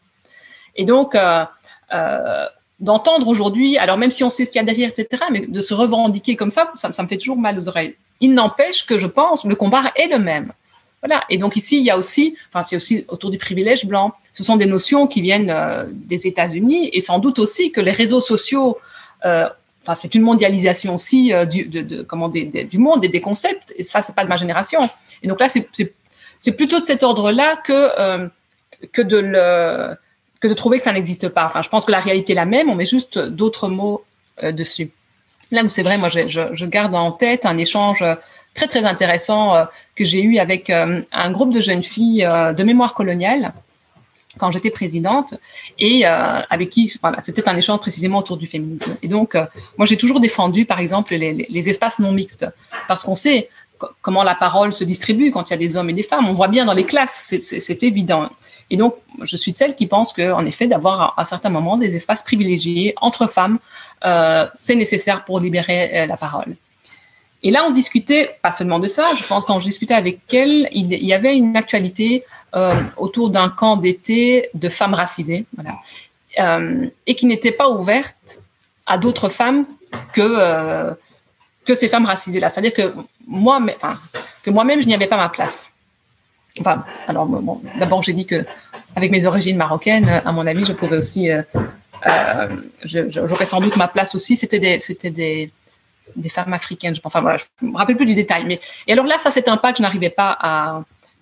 Speaker 2: Et donc, euh, euh, d'entendre aujourd'hui, alors même si on sait ce qu'il y a derrière, et cetera, mais de se revendiquer comme ça, ça, ça me fait toujours mal aux oreilles. Il n'empêche que je pense le combat est le même. Voilà. Et donc ici, il y a aussi, enfin c'est aussi autour du privilège blanc. Ce sont des notions qui viennent euh, des États-Unis et sans doute aussi que les réseaux sociaux, euh, enfin c'est une mondialisation aussi euh, du, de, de, comment des, des, du monde et des concepts. Et ça, c'est pas de ma génération. Et donc là, c'est, c'est, c'est plutôt de cet ordre-là que euh, que de le que de trouver que ça n'existe pas. Enfin, je pense que la réalité est la même. On met juste d'autres mots euh, dessus. Là où c'est vrai, moi, je, je, je garde en tête un échange très, très intéressant euh, que j'ai eu avec euh, un groupe de jeunes filles euh, de mémoire coloniale quand j'étais présidente et euh, avec qui, voilà, c'était un échange précisément autour du féminisme. Et donc, euh, moi, j'ai toujours défendu, par exemple, les, les espaces non mixtes parce qu'on sait comment la parole se distribue quand il y a des hommes et des femmes. On voit bien dans les classes, c'est, c'est, c'est évident. Et donc, je suis de celles qui pensent qu'en effet, d'avoir à certains moments des espaces privilégiés entre femmes, euh, c'est nécessaire pour libérer euh, la parole. Et là, on discutait pas seulement de ça. Je pense quand je discutais avec elle, il, il y avait une actualité euh, autour d'un camp d'été de femmes racisées, voilà, euh, et qui n'était pas ouverte à d'autres femmes que euh, que ces femmes racisées-là. C'est-à-dire que moi, enfin, que moi-même, je n'y avais pas ma place. Enfin, alors bon, d'abord, j'ai dit que avec mes origines marocaines, à mon avis, je pouvais aussi, euh, euh, je, j'aurais sans doute ma place aussi. C'était des, c'était des des femmes africaines, je pense. Enfin voilà, je me rappelle plus du détail. Mais et alors là, ça c'est un pas que je n'arrivais pas à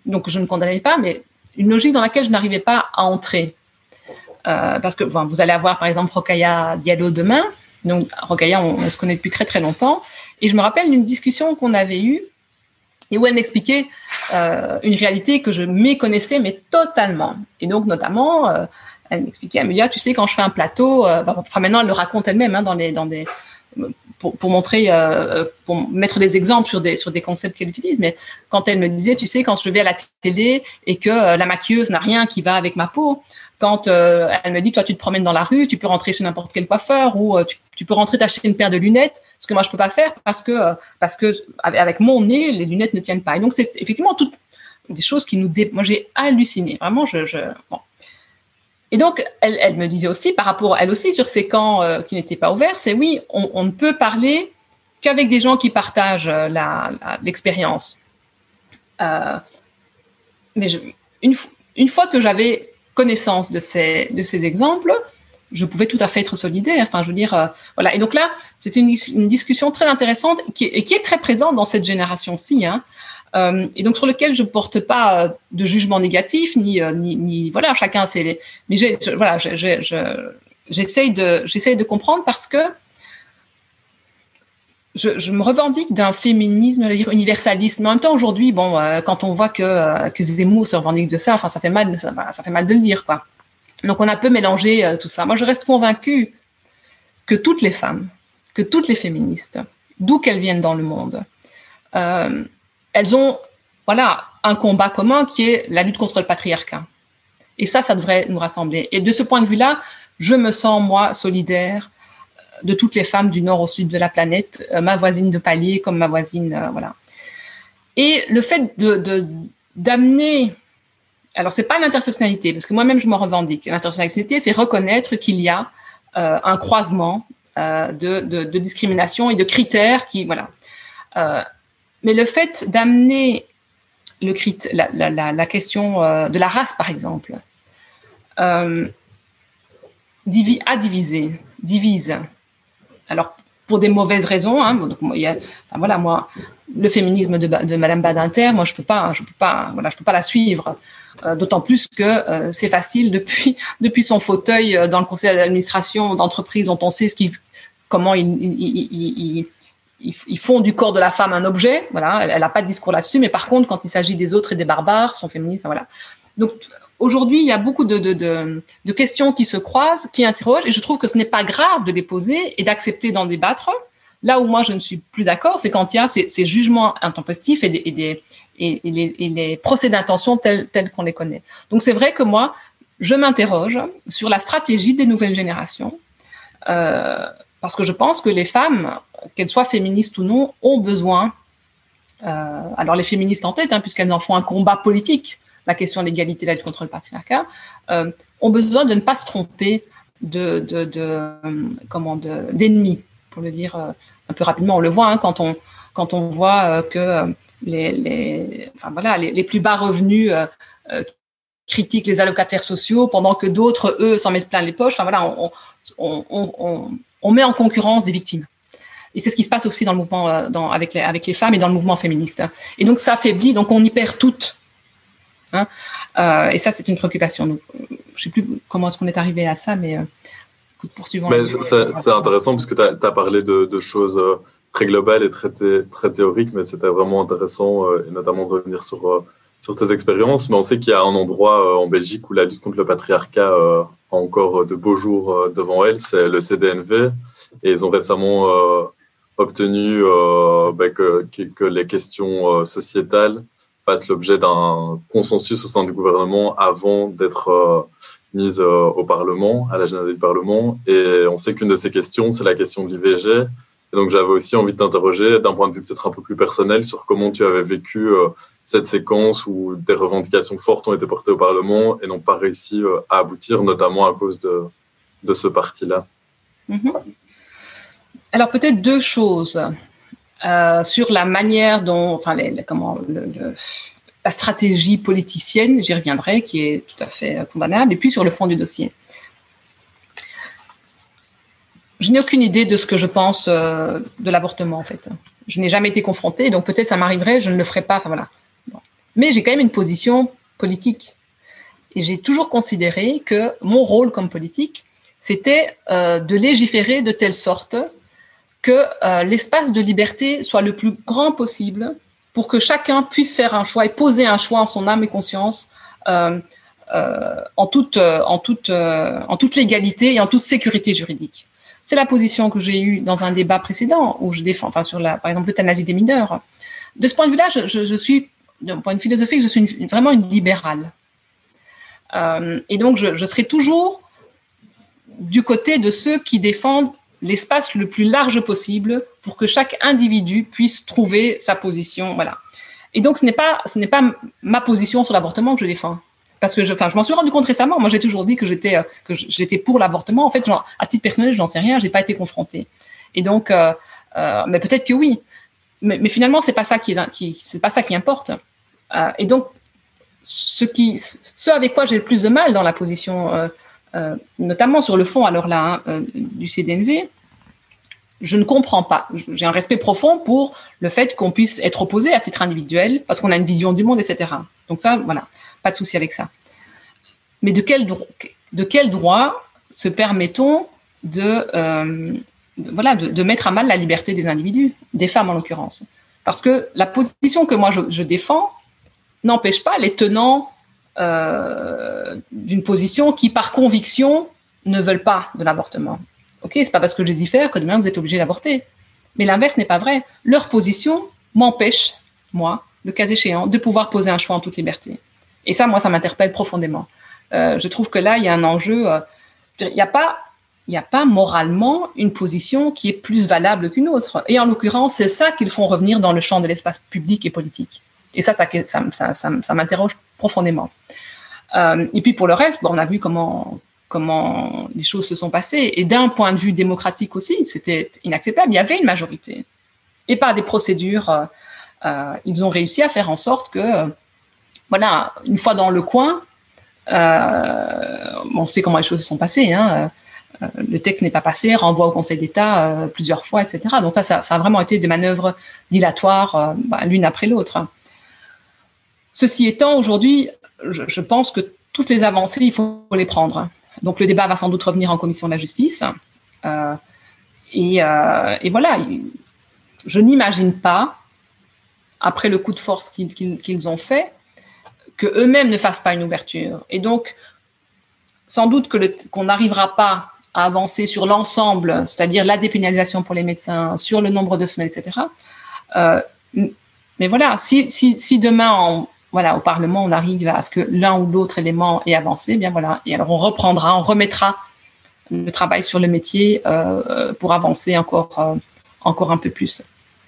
Speaker 2: donc je ne condamnais pas, mais une logique dans laquelle je n'arrivais pas à entrer. Euh, parce que enfin, vous allez avoir, par exemple, Rokhaya Diallo demain. Donc, Rokhaya, on, on se connaît depuis très, très longtemps. Et je me rappelle d'une discussion qu'on avait eue et où elle m'expliquait euh, une réalité que je méconnaissais, mais totalement. Et donc, notamment, euh, elle m'expliquait, elle me dit, ah, tu sais, quand je fais un plateau, euh, enfin, maintenant, elle le raconte elle-même hein, dans les, dans des, pour, pour montrer, euh, pour mettre des exemples sur des, sur des concepts qu'elle utilise. Mais quand elle me disait, tu sais, quand je vais à la télé et que euh, la maquilleuse n'a rien qui va avec ma peau, quand euh, elle me dit, toi, tu te promènes dans la rue, tu peux rentrer chez n'importe quel coiffeur ou euh, tu, tu peux rentrer t'acheter une paire de lunettes, ce que moi, je peux pas faire parce que, euh, parce que avec mon nez, les lunettes ne tiennent pas. Et donc, c'est effectivement toutes des choses qui nous... Dé... Moi, j'ai halluciné. Vraiment, je... je... Bon. Et donc, elle, elle me disait aussi, par rapport, elle aussi, sur ces camps euh, qui n'étaient pas ouverts, c'est oui, on, on ne peut parler qu'avec des gens qui partagent euh, la, la, l'expérience. Euh, mais je, une, une fois que j'avais connaissance de ces, de ces exemples, je pouvais tout à fait être solidaire. Enfin, je veux dire, euh, voilà. Et donc là, c'était une, une discussion très intéressante qui, et qui est très présente dans cette génération-ci, hein. Euh, et donc sur lequel je porte pas euh, de jugement négatif, ni, euh, ni, ni voilà, chacun c'est les. Mais j'ai, je, voilà, je, je, je, j'essaye de, j'essaye de comprendre parce que je, je me revendique d'un féminisme, je veux dire universaliste. Mais en même temps, aujourd'hui, bon, euh, quand on voit que euh, que Zemmour se revendique de ça, enfin, ça fait mal, ça, ça fait mal de le dire, quoi. Donc on a un peu mélangé euh, tout ça. Moi, je reste convaincue que toutes les femmes, que toutes les féministes, d'où qu'elles viennent dans le monde, euh, elles ont, voilà, un combat commun qui est la lutte contre le patriarcat. Et ça, ça devrait nous rassembler. Et de ce point de vue-là, je me sens, moi, solidaire de toutes les femmes du nord au sud de la planète, euh, ma voisine de palier comme ma voisine, euh, voilà. Et le fait de, de, d'amener, alors c'est pas l'intersectionnalité, parce que moi-même je me revendique. L'intersectionnalité, c'est reconnaître qu'il y a euh, un croisement euh, de, de, de discrimination et de critères qui, voilà. Euh, Mais le fait d'amener le crit- la, la, la, la question euh, de la race, par exemple, euh, divi- a divisé, divise. Alors, pour des mauvaises raisons, hein, donc, il y a, enfin, voilà, moi, le féminisme de, de Madame Badinter, moi, je peux pas, je peux pas, voilà, je peux pas la suivre. Euh, d'autant plus que euh, c'est facile depuis depuis son fauteuil euh, dans le conseil d'administration d'entreprise dont on sait ce qui, comment il, il, il, il, il ils font du corps de la femme un objet, voilà, elle n'a pas de discours là-dessus, mais par contre, quand il s'agit des autres et des barbares, sont féministes, voilà. Donc, aujourd'hui, il y a beaucoup de, de, de, de questions qui se croisent, qui interrogent, et je trouve que ce n'est pas grave de les poser et d'accepter d'en débattre. Là où moi, je ne suis plus d'accord, c'est quand il y a ces, ces jugements intempestifs et, des, et, des, et, et, les, et les procès d'intention tels, tels qu'on les connaît. Donc, c'est vrai que moi, je m'interroge sur la stratégie des nouvelles générations, euh, parce que je pense que les femmes, qu'elles soient féministes ou non, ont besoin, euh, alors les féministes en tête, hein, puisqu'elles en font un combat politique, la question de l'égalité, la lutte contre le patriarcat, euh, ont besoin de ne pas se tromper de, de, de, euh, comment, de, d'ennemis, pour le dire euh, un peu rapidement. On le voit hein, quand on quand on voit euh, que euh, les, les, enfin, voilà, les, les plus bas revenus euh, euh, critiquent les allocataires sociaux, pendant que d'autres, eux, s'en mettent plein les poches. Enfin voilà, on, on, on, on on met en concurrence des victimes. Et c'est ce qui se passe aussi dans le mouvement, euh, dans, avec, les, avec les femmes et dans le mouvement féministe. Et donc, ça affaiblit, donc on y perd toutes. Hein euh, et ça, c'est une préoccupation. Donc, je ne sais plus comment est-ce qu'on est arrivé à ça, mais euh, poursuivons.
Speaker 1: Mais c'est, c'est, c'est intéressant parce que tu as parlé de, de choses euh, très globales et très, très théoriques, mais c'était vraiment intéressant, euh, et notamment de revenir sur, euh, sur tes expériences. Mais on sait qu'il y a un endroit euh, en Belgique où la lutte contre le patriarcat euh, a encore de beaux jours euh, devant elle, c'est le C D N V. Et ils ont récemment euh, obtenu euh, bah, que, que les questions euh, sociétales fassent l'objet d'un consensus au sein du gouvernement avant d'être euh, mises euh, au Parlement, à l'agenda du Parlement. Et on sait qu'une de ces questions, c'est la question de l'I V G. Et donc, j'avais aussi envie de t'interroger d'un point de vue peut-être un peu plus personnel sur comment tu avais vécu euh, cette séquence où des revendications fortes ont été portées au Parlement et n'ont pas réussi euh, à aboutir, notamment à cause de, de ce parti-là.
Speaker 2: Mm-hmm. Alors, peut-être deux choses euh, sur la manière dont, enfin, les, les, comment, le, le, la stratégie politicienne, j'y reviendrai, qui est tout à fait condamnable, et puis sur le fond du dossier. Je n'ai aucune idée de ce que je pense euh, de l'avortement, en fait. Je n'ai jamais été confrontée, donc peut-être ça m'arriverait, je ne le ferai pas, enfin voilà. Bon. Mais j'ai quand même une position politique. Et j'ai toujours considéré que mon rôle comme politique, c'était euh, de légiférer de telle sorte que euh, l'espace de liberté soit le plus grand possible pour que chacun puisse faire un choix et poser un choix en son âme et conscience euh, euh, en toute, euh, en toute, euh, en toute légalité et en toute sécurité juridique. C'est la position que j'ai eue dans un débat précédent où je défends, enfin sur la, par exemple, l'euthanasie des mineurs. De ce point de vue-là, je, je, je suis, d'un point de vue philosophique, je suis une, vraiment une libérale. Euh, et donc, je, je serai toujours du côté de ceux qui défendent l'espace le plus large possible pour que chaque individu puisse trouver sa position. Voilà. Et donc, ce n'est pas, ce n'est pas ma position sur l'avortement que je défends. Parce que je, enfin, je m'en suis rendu compte récemment. Moi, j'ai toujours dit que j'étais, que j'étais pour l'avortement. En fait, genre, à titre personnel, j'en sais rien. J'ai pas été confrontée. Et donc, euh, euh, mais peut-être que oui. Mais, mais finalement, c'est pas ça qui, est, qui, c'est pas ça qui importe. Euh, et donc, ce qui, ce avec quoi j'ai le plus de mal dans la position, euh, euh, notamment sur le fond, alors là, hein, euh, du C D N V, je ne comprends pas. J'ai un respect profond pour le fait qu'on puisse être opposé à titre individuel parce qu'on a une vision du monde, et cetera. Donc ça, voilà, pas de souci avec ça. Mais de quel, dro- de quel droit se permet-on de, euh, de, voilà, de, de mettre à mal la liberté des individus, des femmes en l'occurrence? Parce que la position que moi je, je défends n'empêche pas les tenants euh, d'une position qui, par conviction, ne veulent pas de l'avortement. Ok, c'est pas parce que je les y fais que demain vous êtes obligé d'avorter. Mais l'inverse n'est pas vrai. Leur position m'empêche, moi, le cas échéant, de pouvoir poser un choix en toute liberté. Et ça, moi, ça m'interpelle profondément. Euh, je trouve que là, il y a un enjeu. Euh, il n'y a pas, il n'y a pas moralement une position qui est plus valable qu'une autre. Et en l'occurrence, c'est ça qu'ils font revenir dans le champ de l'espace public et politique. Et ça, ça, ça, ça, ça, ça m'interroge profondément. Euh, et puis pour le reste, bon, on a vu comment comment les choses se sont passées. Et d'un point de vue démocratique aussi, c'était inacceptable. Il y avait une majorité. Et par des procédures, euh, euh, ils ont réussi à faire en sorte que, euh, voilà, une fois dans le coin, euh, on sait comment les choses se sont passées. Hein, euh, le texte n'est pas passé, renvoi au Conseil d'État euh, plusieurs fois, et cetera. Donc là, ça, ça a vraiment été des manœuvres dilatoires, euh, bah, l'une après l'autre. Ceci étant, aujourd'hui, je, je pense que toutes les avancées, il faut les prendre. Donc, le débat va sans doute revenir en commission de la justice. Euh, et, euh, et voilà, je n'imagine pas, après le coup de force qu'ils, qu'ils, qu'ils ont fait, qu'eux-mêmes ne fassent pas une ouverture. Et donc, sans doute que le, qu'on n'arrivera pas à avancer sur l'ensemble, c'est-à-dire la dépénalisation pour les médecins, sur le nombre de semaines, et cetera. Euh, mais voilà, si, si, si demain, on, voilà, au Parlement, on arrive à ce que l'un ou l'autre élément ait avancé, bien voilà. Et alors, on reprendra, on remettra le travail sur le métier euh, pour avancer encore, euh, encore un peu plus.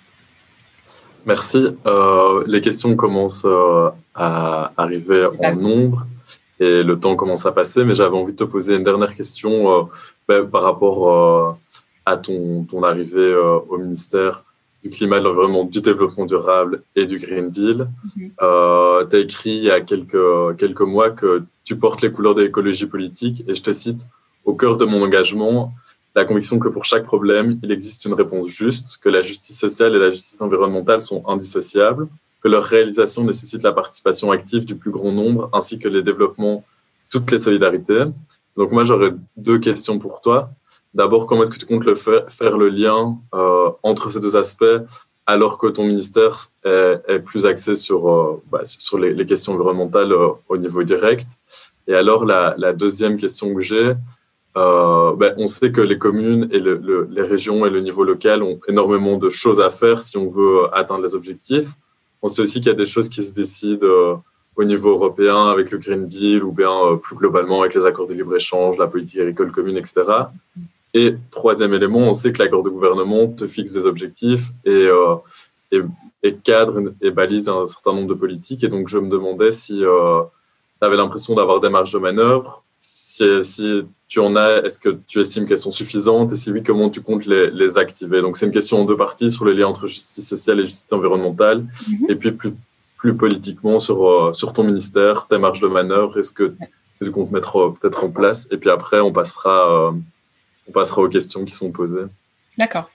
Speaker 1: Merci. Euh, les questions commencent euh, à arriver en nombre et le temps commence à passer, mais j'avais envie de te poser une dernière question euh, ben, par rapport euh, à ton, ton arrivée euh, au ministère du climat, de l'environnement, du développement durable et du Green Deal. Mm-hmm. Euh, tu as écrit il y a quelques, quelques mois que tu portes les couleurs de l'écologie politique et je te cite « Au cœur de mon engagement, la conviction que pour chaque problème, il existe une réponse juste, que la justice sociale et la justice environnementale sont indissociables, que leur réalisation nécessite la participation active du plus grand nombre ainsi que les développements, toutes les solidarités. » Donc moi, j'aurais deux questions pour toi. D'abord, comment est-ce que tu comptes le faire, faire le lien euh, entre ces deux aspects alors que ton ministère est, est plus axé sur, euh, bah, sur les, les questions environnementales euh, au niveau direct? Et alors, la, la deuxième question que j'ai, euh, bah, on sait que les communes et le, le, les régions et le niveau local ont énormément de choses à faire si on veut atteindre les objectifs. On sait aussi qu'il y a des choses qui se décident euh, au niveau européen avec le Green Deal ou bien euh, plus globalement avec les accords de libre-échange, la politique agricole commune, et cetera. Et troisième élément, on sait que l'accord de gouvernement te fixe des objectifs et, euh, et, et cadre et balise un certain nombre de politiques. Et donc, je me demandais si euh, tu avais l'impression d'avoir des marges de manœuvre. Si, si tu en as, est-ce que tu estimes qu'elles sont suffisantes? Et si oui, comment tu comptes les, les activer? Donc, c'est une question en deux parties sur le lien entre justice sociale et justice environnementale. Mm-hmm. Et puis, plus, plus politiquement, sur, euh, sur ton ministère, tes marges de manœuvre, est-ce que tu comptes mettre euh, peut-être en place? Et puis après, on passera... Euh, On passera aux questions qui sont posées.
Speaker 2: D'accord.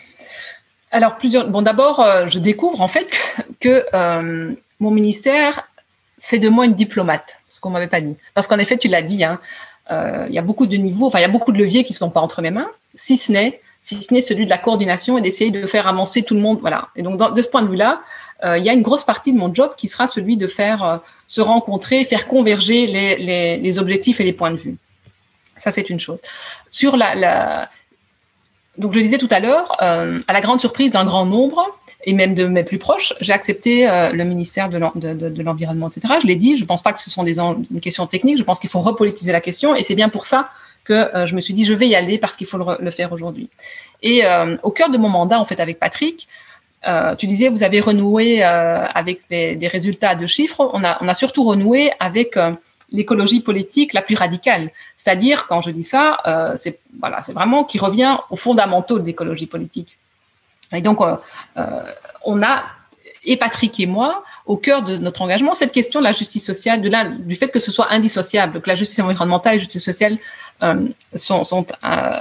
Speaker 2: Alors, plusieurs. Bon, d'abord, euh, je découvre en fait que, que euh, mon ministère fait de moi une diplomate, ce qu'on m'avait pas dit. Parce qu'en effet, tu l'as dit, hein, euh, il y a beaucoup de niveaux, enfin, il y a beaucoup de leviers qui sont pas entre mes mains, si ce n'est, si ce n'est celui de la coordination et d'essayer de faire avancer tout le monde, voilà. Et donc, dans, de ce point de vue-là, euh, il y a une grosse partie de mon job qui sera celui de faire euh, se rencontrer, faire converger les, les, les objectifs et les points de vue. Ça, c'est une chose. Sur la, la... Donc, je le disais tout à l'heure, euh, à la grande surprise d'un grand nombre, et même de mes plus proches, j'ai accepté euh, le ministère de, de, de, de l'Environnement, et cetera. Je l'ai dit, je ne pense pas que ce sont des en... une question technique, je pense qu'il faut repolitiser la question, et c'est bien pour ça que euh, je me suis dit, je vais y aller parce qu'il faut le, re- le faire aujourd'hui. Et euh, au cœur de mon mandat, en fait, avec Patrick, euh, tu disais, vous avez renoué euh, avec des, des résultats de chiffres. On a, on a surtout renoué avec euh, l'écologie politique la plus radicale. C'est-à-dire, quand je dis ça, euh, c'est, voilà, c'est vraiment qui revient aux fondamentaux de l'écologie politique. Et donc, euh, euh, on a, et Patrick et moi, au cœur de notre engagement, cette question de la justice sociale, de la, du fait que ce soit indissociable, que la justice environnementale et la justice sociale euh, sont, sont, euh,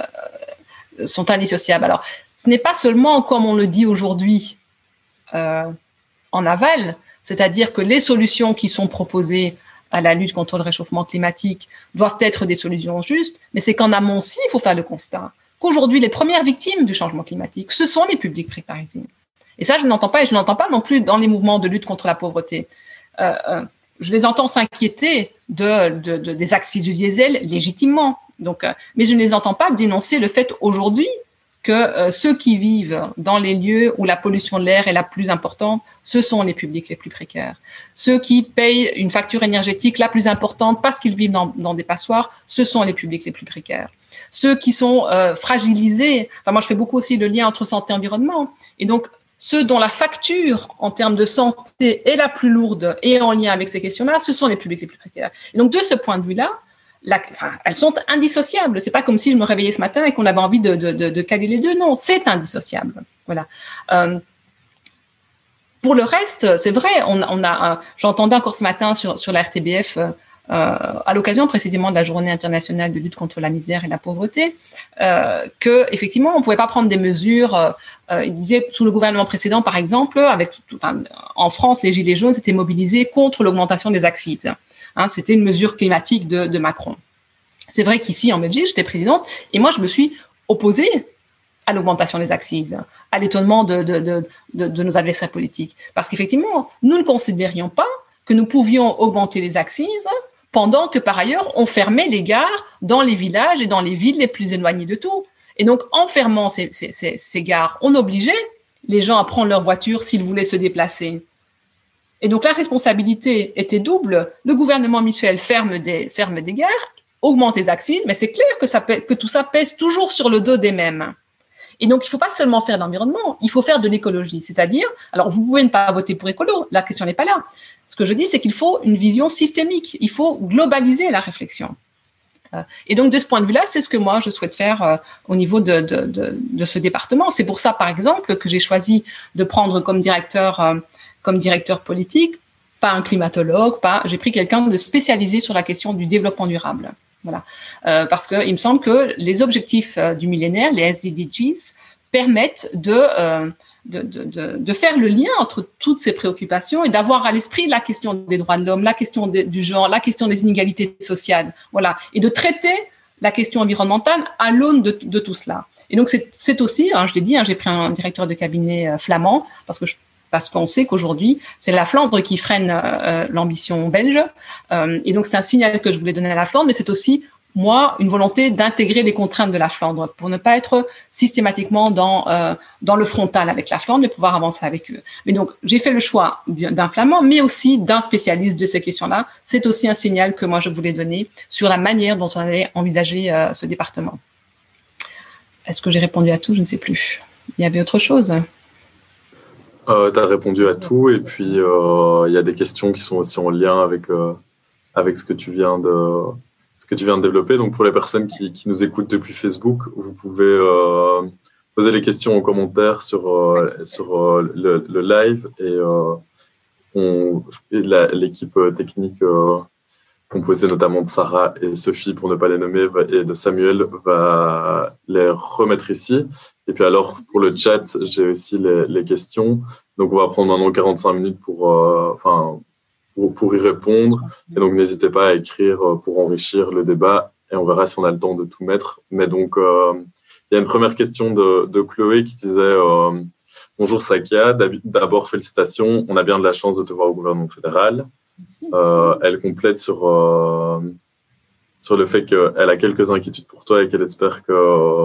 Speaker 2: sont indissociables. Alors, ce n'est pas seulement comme on le dit aujourd'hui euh, en aval, c'est-à-dire que les solutions qui sont proposées à la lutte contre le réchauffement climatique doivent être des solutions justes, mais c'est qu'en amont aussi, il faut faire le constat qu'aujourd'hui, les premières victimes du changement climatique, ce sont les publics précarisés. Et ça, je n'entends pas, et je n'entends pas non plus dans les mouvements de lutte contre la pauvreté. Euh, euh, je les entends s'inquiéter de, de, de, des axes du diesel légitimement. Donc, euh, mais je ne les entends pas dénoncer le fait aujourd'hui que euh, ceux qui vivent dans les lieux où la pollution de l'air est la plus importante, ce sont les publics les plus précaires. Ceux qui payent une facture énergétique la plus importante parce qu'ils vivent dans, dans des passoires, ce sont les publics les plus précaires. Ceux qui sont euh, fragilisés, enfin moi je fais beaucoup aussi le lien entre santé et environnement, et donc ceux dont la facture en termes de santé est la plus lourde et en lien avec ces questions-là, ce sont les publics les plus précaires. Et donc de ce point de vue-là, La, enfin, elles sont indissociables. C'est pas comme si je me réveillais ce matin et qu'on avait envie de, de, de, de caler les deux. Non, c'est indissociable. Voilà. Euh, pour le reste, c'est vrai. On, on a. Euh, j'entendais encore ce matin sur sur la R T B F euh, à l'occasion précisément de la Journée internationale de lutte contre la misère et la pauvreté, euh, que effectivement on pouvait pas prendre des mesures. Euh, il disait sous le gouvernement précédent, par exemple, avec enfin, en France, les gilets jaunes s'étaient mobilisés contre l'augmentation des accises. Hein, c'était une mesure climatique de, de Macron. C'est vrai qu'ici, en Belgique, j'étais présidente et moi, je me suis opposée à l'augmentation des accises, à l'étonnement de, de, de, de, de nos adversaires politiques. Parce qu'effectivement, nous ne considérions pas que nous pouvions augmenter les accises pendant que, par ailleurs, on fermait les gares dans les villages et dans les villes les plus éloignées de tout. Et donc, en fermant ces, ces, ces, ces gares, on obligeait les gens à prendre leur voiture s'ils voulaient se déplacer. Et donc, la responsabilité était double. Le gouvernement Michel ferme des, ferme des gares, augmente les accises, mais c'est clair que, ça pèse, que tout ça pèse toujours sur le dos des mêmes. Et donc, il ne faut pas seulement faire d'environnement, il faut faire de l'écologie. C'est-à-dire, alors, vous pouvez ne pas voter pour écolo, la question n'est pas là. Ce que je dis, c'est qu'il faut une vision systémique. Il faut globaliser la réflexion. Et donc, de ce point de vue-là, c'est ce que moi, je souhaite faire euh, au niveau de, de, de, de ce département. C'est pour ça, par exemple, que j'ai choisi de prendre comme directeur... Euh, comme directeur politique, pas un climatologue, pas, j'ai pris quelqu'un de spécialisé sur la question du développement durable. Voilà. Euh, parce que il me semble que les objectifs euh, du millénaire, les S D Gs, permettent de, euh, de, de, de, de faire le lien entre toutes ces préoccupations et d'avoir à l'esprit la question des droits de l'homme, la question de, du genre, la question des inégalités sociales. Voilà. Et de traiter la question environnementale à l'aune de, de tout cela. Et donc, c'est, c'est aussi, hein, je l'ai dit, hein, j'ai pris un directeur de cabinet euh, flamand parce que je parce qu'on sait qu'aujourd'hui, c'est la Flandre qui freine euh, l'ambition belge. Euh, et donc, c'est un signal que je voulais donner à la Flandre, mais c'est aussi, moi, une volonté d'intégrer les contraintes de la Flandre pour ne pas être systématiquement dans, euh, dans le frontal avec la Flandre, mais pouvoir avancer avec eux. Mais donc, j'ai fait le choix d'un Flamand, mais aussi d'un spécialiste de ces questions-là. C'est aussi un signal que moi, je voulais donner sur la manière dont on allait envisager euh, ce département. Est-ce que j'ai répondu à tout? Je ne sais plus. Il y avait autre chose?
Speaker 1: Euh, tu as répondu à tout et puis il euh, y a des questions qui sont aussi en lien avec, euh, avec ce, que tu viens de, ce que tu viens de développer. Donc pour les personnes qui, qui nous écoutent depuis Facebook, vous pouvez euh, poser les questions en commentaire sur, euh, sur euh, le, le live et, euh, on, et la, l'équipe technique euh, composée notamment de Sarah et Sophie, pour ne pas les nommer, et de Samuel, va les remettre ici. Et puis alors, pour le chat, j'ai aussi les, les questions. Donc, on va prendre maintenant quarante-cinq minutes pour, euh, enfin, pour, pour y répondre. Et donc, n'hésitez pas à écrire pour enrichir le débat et on verra si on a le temps de tout mettre. Mais donc, euh, il y a une première question de, de Chloé qui disait euh, « Bonjour Sakia, d'abord félicitations, on a bien de la chance de te voir au gouvernement fédéral. » Euh, elle complète sur, euh, sur le fait qu'elle a quelques inquiétudes pour toi et qu'elle espère que,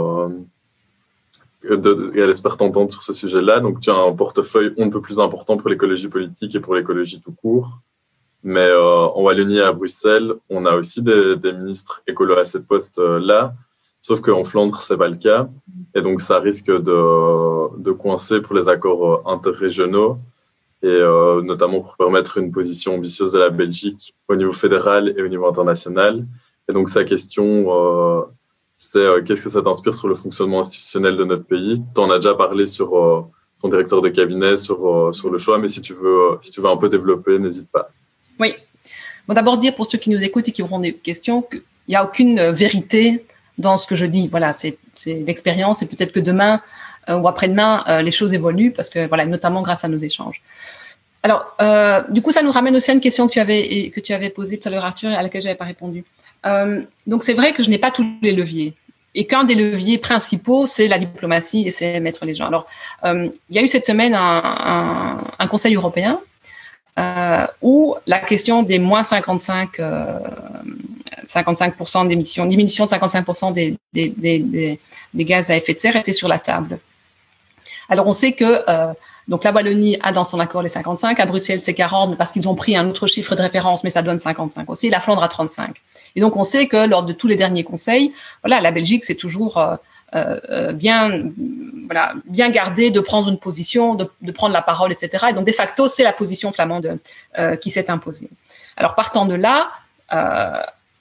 Speaker 1: que de, elle espère t'entendre sur ce sujet-là. Donc, tu as un portefeuille on ne peut plus important pour l'écologie politique et pour l'écologie tout court. Mais euh, en Wallonie et à Bruxelles, on a aussi des, des ministres écolos à ces postes-là, sauf qu'en Flandre, c'est pas le cas. Et donc, ça risque de, de coincer pour les accords interrégionaux. Et euh, notamment pour permettre une position ambitieuse de la Belgique au niveau fédéral et au niveau international. Et donc, sa question, euh, c'est euh, qu'est-ce que ça t'inspire sur le fonctionnement institutionnel de notre pays? Tu en as déjà parlé sur euh, ton directeur de cabinet, sur, euh, sur le choix, mais si tu veux, euh, si tu veux un peu développer, n'hésite pas.
Speaker 2: Oui. Bon, d'abord dire pour ceux qui nous écoutent et qui auront des questions qu'il n'y a aucune vérité dans ce que je dis. Voilà, c'est, c'est l'expérience et peut-être que demain, Euh, ou après-demain, euh, les choses évoluent parce que voilà, notamment grâce à nos échanges. Alors, euh, du coup, ça nous ramène aussi à une question que tu avais que tu avais posée tout à l'heure, Arthur, et à laquelle j'avais pas répondu. Euh, donc, c'est vrai que je n'ai pas tous les leviers, et qu'un des leviers principaux, c'est la diplomatie et c'est mettre les gens. Alors, euh, il y a eu cette semaine un, un, un Conseil européen euh, où la question des moins cinquante-cinq euh, cinquante-cinq pour cent d'émissions, diminution de cinquante-cinq pour cent des, des, des, des, des gaz à effet de serre était sur la table. Alors, on sait que euh, donc la Wallonie a dans son accord les cinquante-cinq, à Bruxelles, c'est quarante, parce qu'ils ont pris un autre chiffre de référence, mais ça donne cinquante-cinq aussi, la Flandre a trente-cinq. Et donc, on sait que lors de tous les derniers conseils, voilà, la Belgique, c'est toujours euh, euh, bien, voilà, bien gardé de prendre une position, de, de prendre la parole, et cetera. Et donc, de facto, c'est la position flamande euh, qui s'est imposée. Alors, partant de là, euh,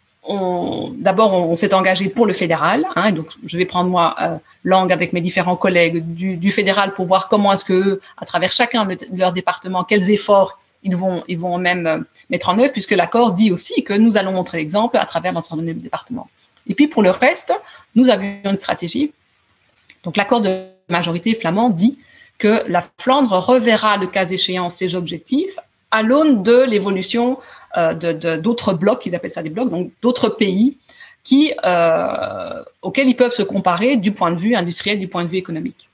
Speaker 2: On, d'abord, on, on s'est engagé pour le fédéral. Hein, et donc, je vais prendre moi euh, langue avec mes différents collègues du, du fédéral pour voir comment est-ce que eux, à travers chacun de leur département, quels efforts ils vont, ils vont même euh, mettre en œuvre, puisque l'accord dit aussi que nous allons montrer l'exemple à travers l'ensemble des départements. Et puis, pour le reste, nous avions une stratégie. Donc, l'accord de majorité flamand dit que la Flandre reverra, le cas échéant, ses objectifs à l'aune de l'évolution euh, de, de, d'autres blocs, ils appellent ça des blocs, donc d'autres pays qui, euh, auxquels ils peuvent se comparer du point de vue industriel, du point de vue économique.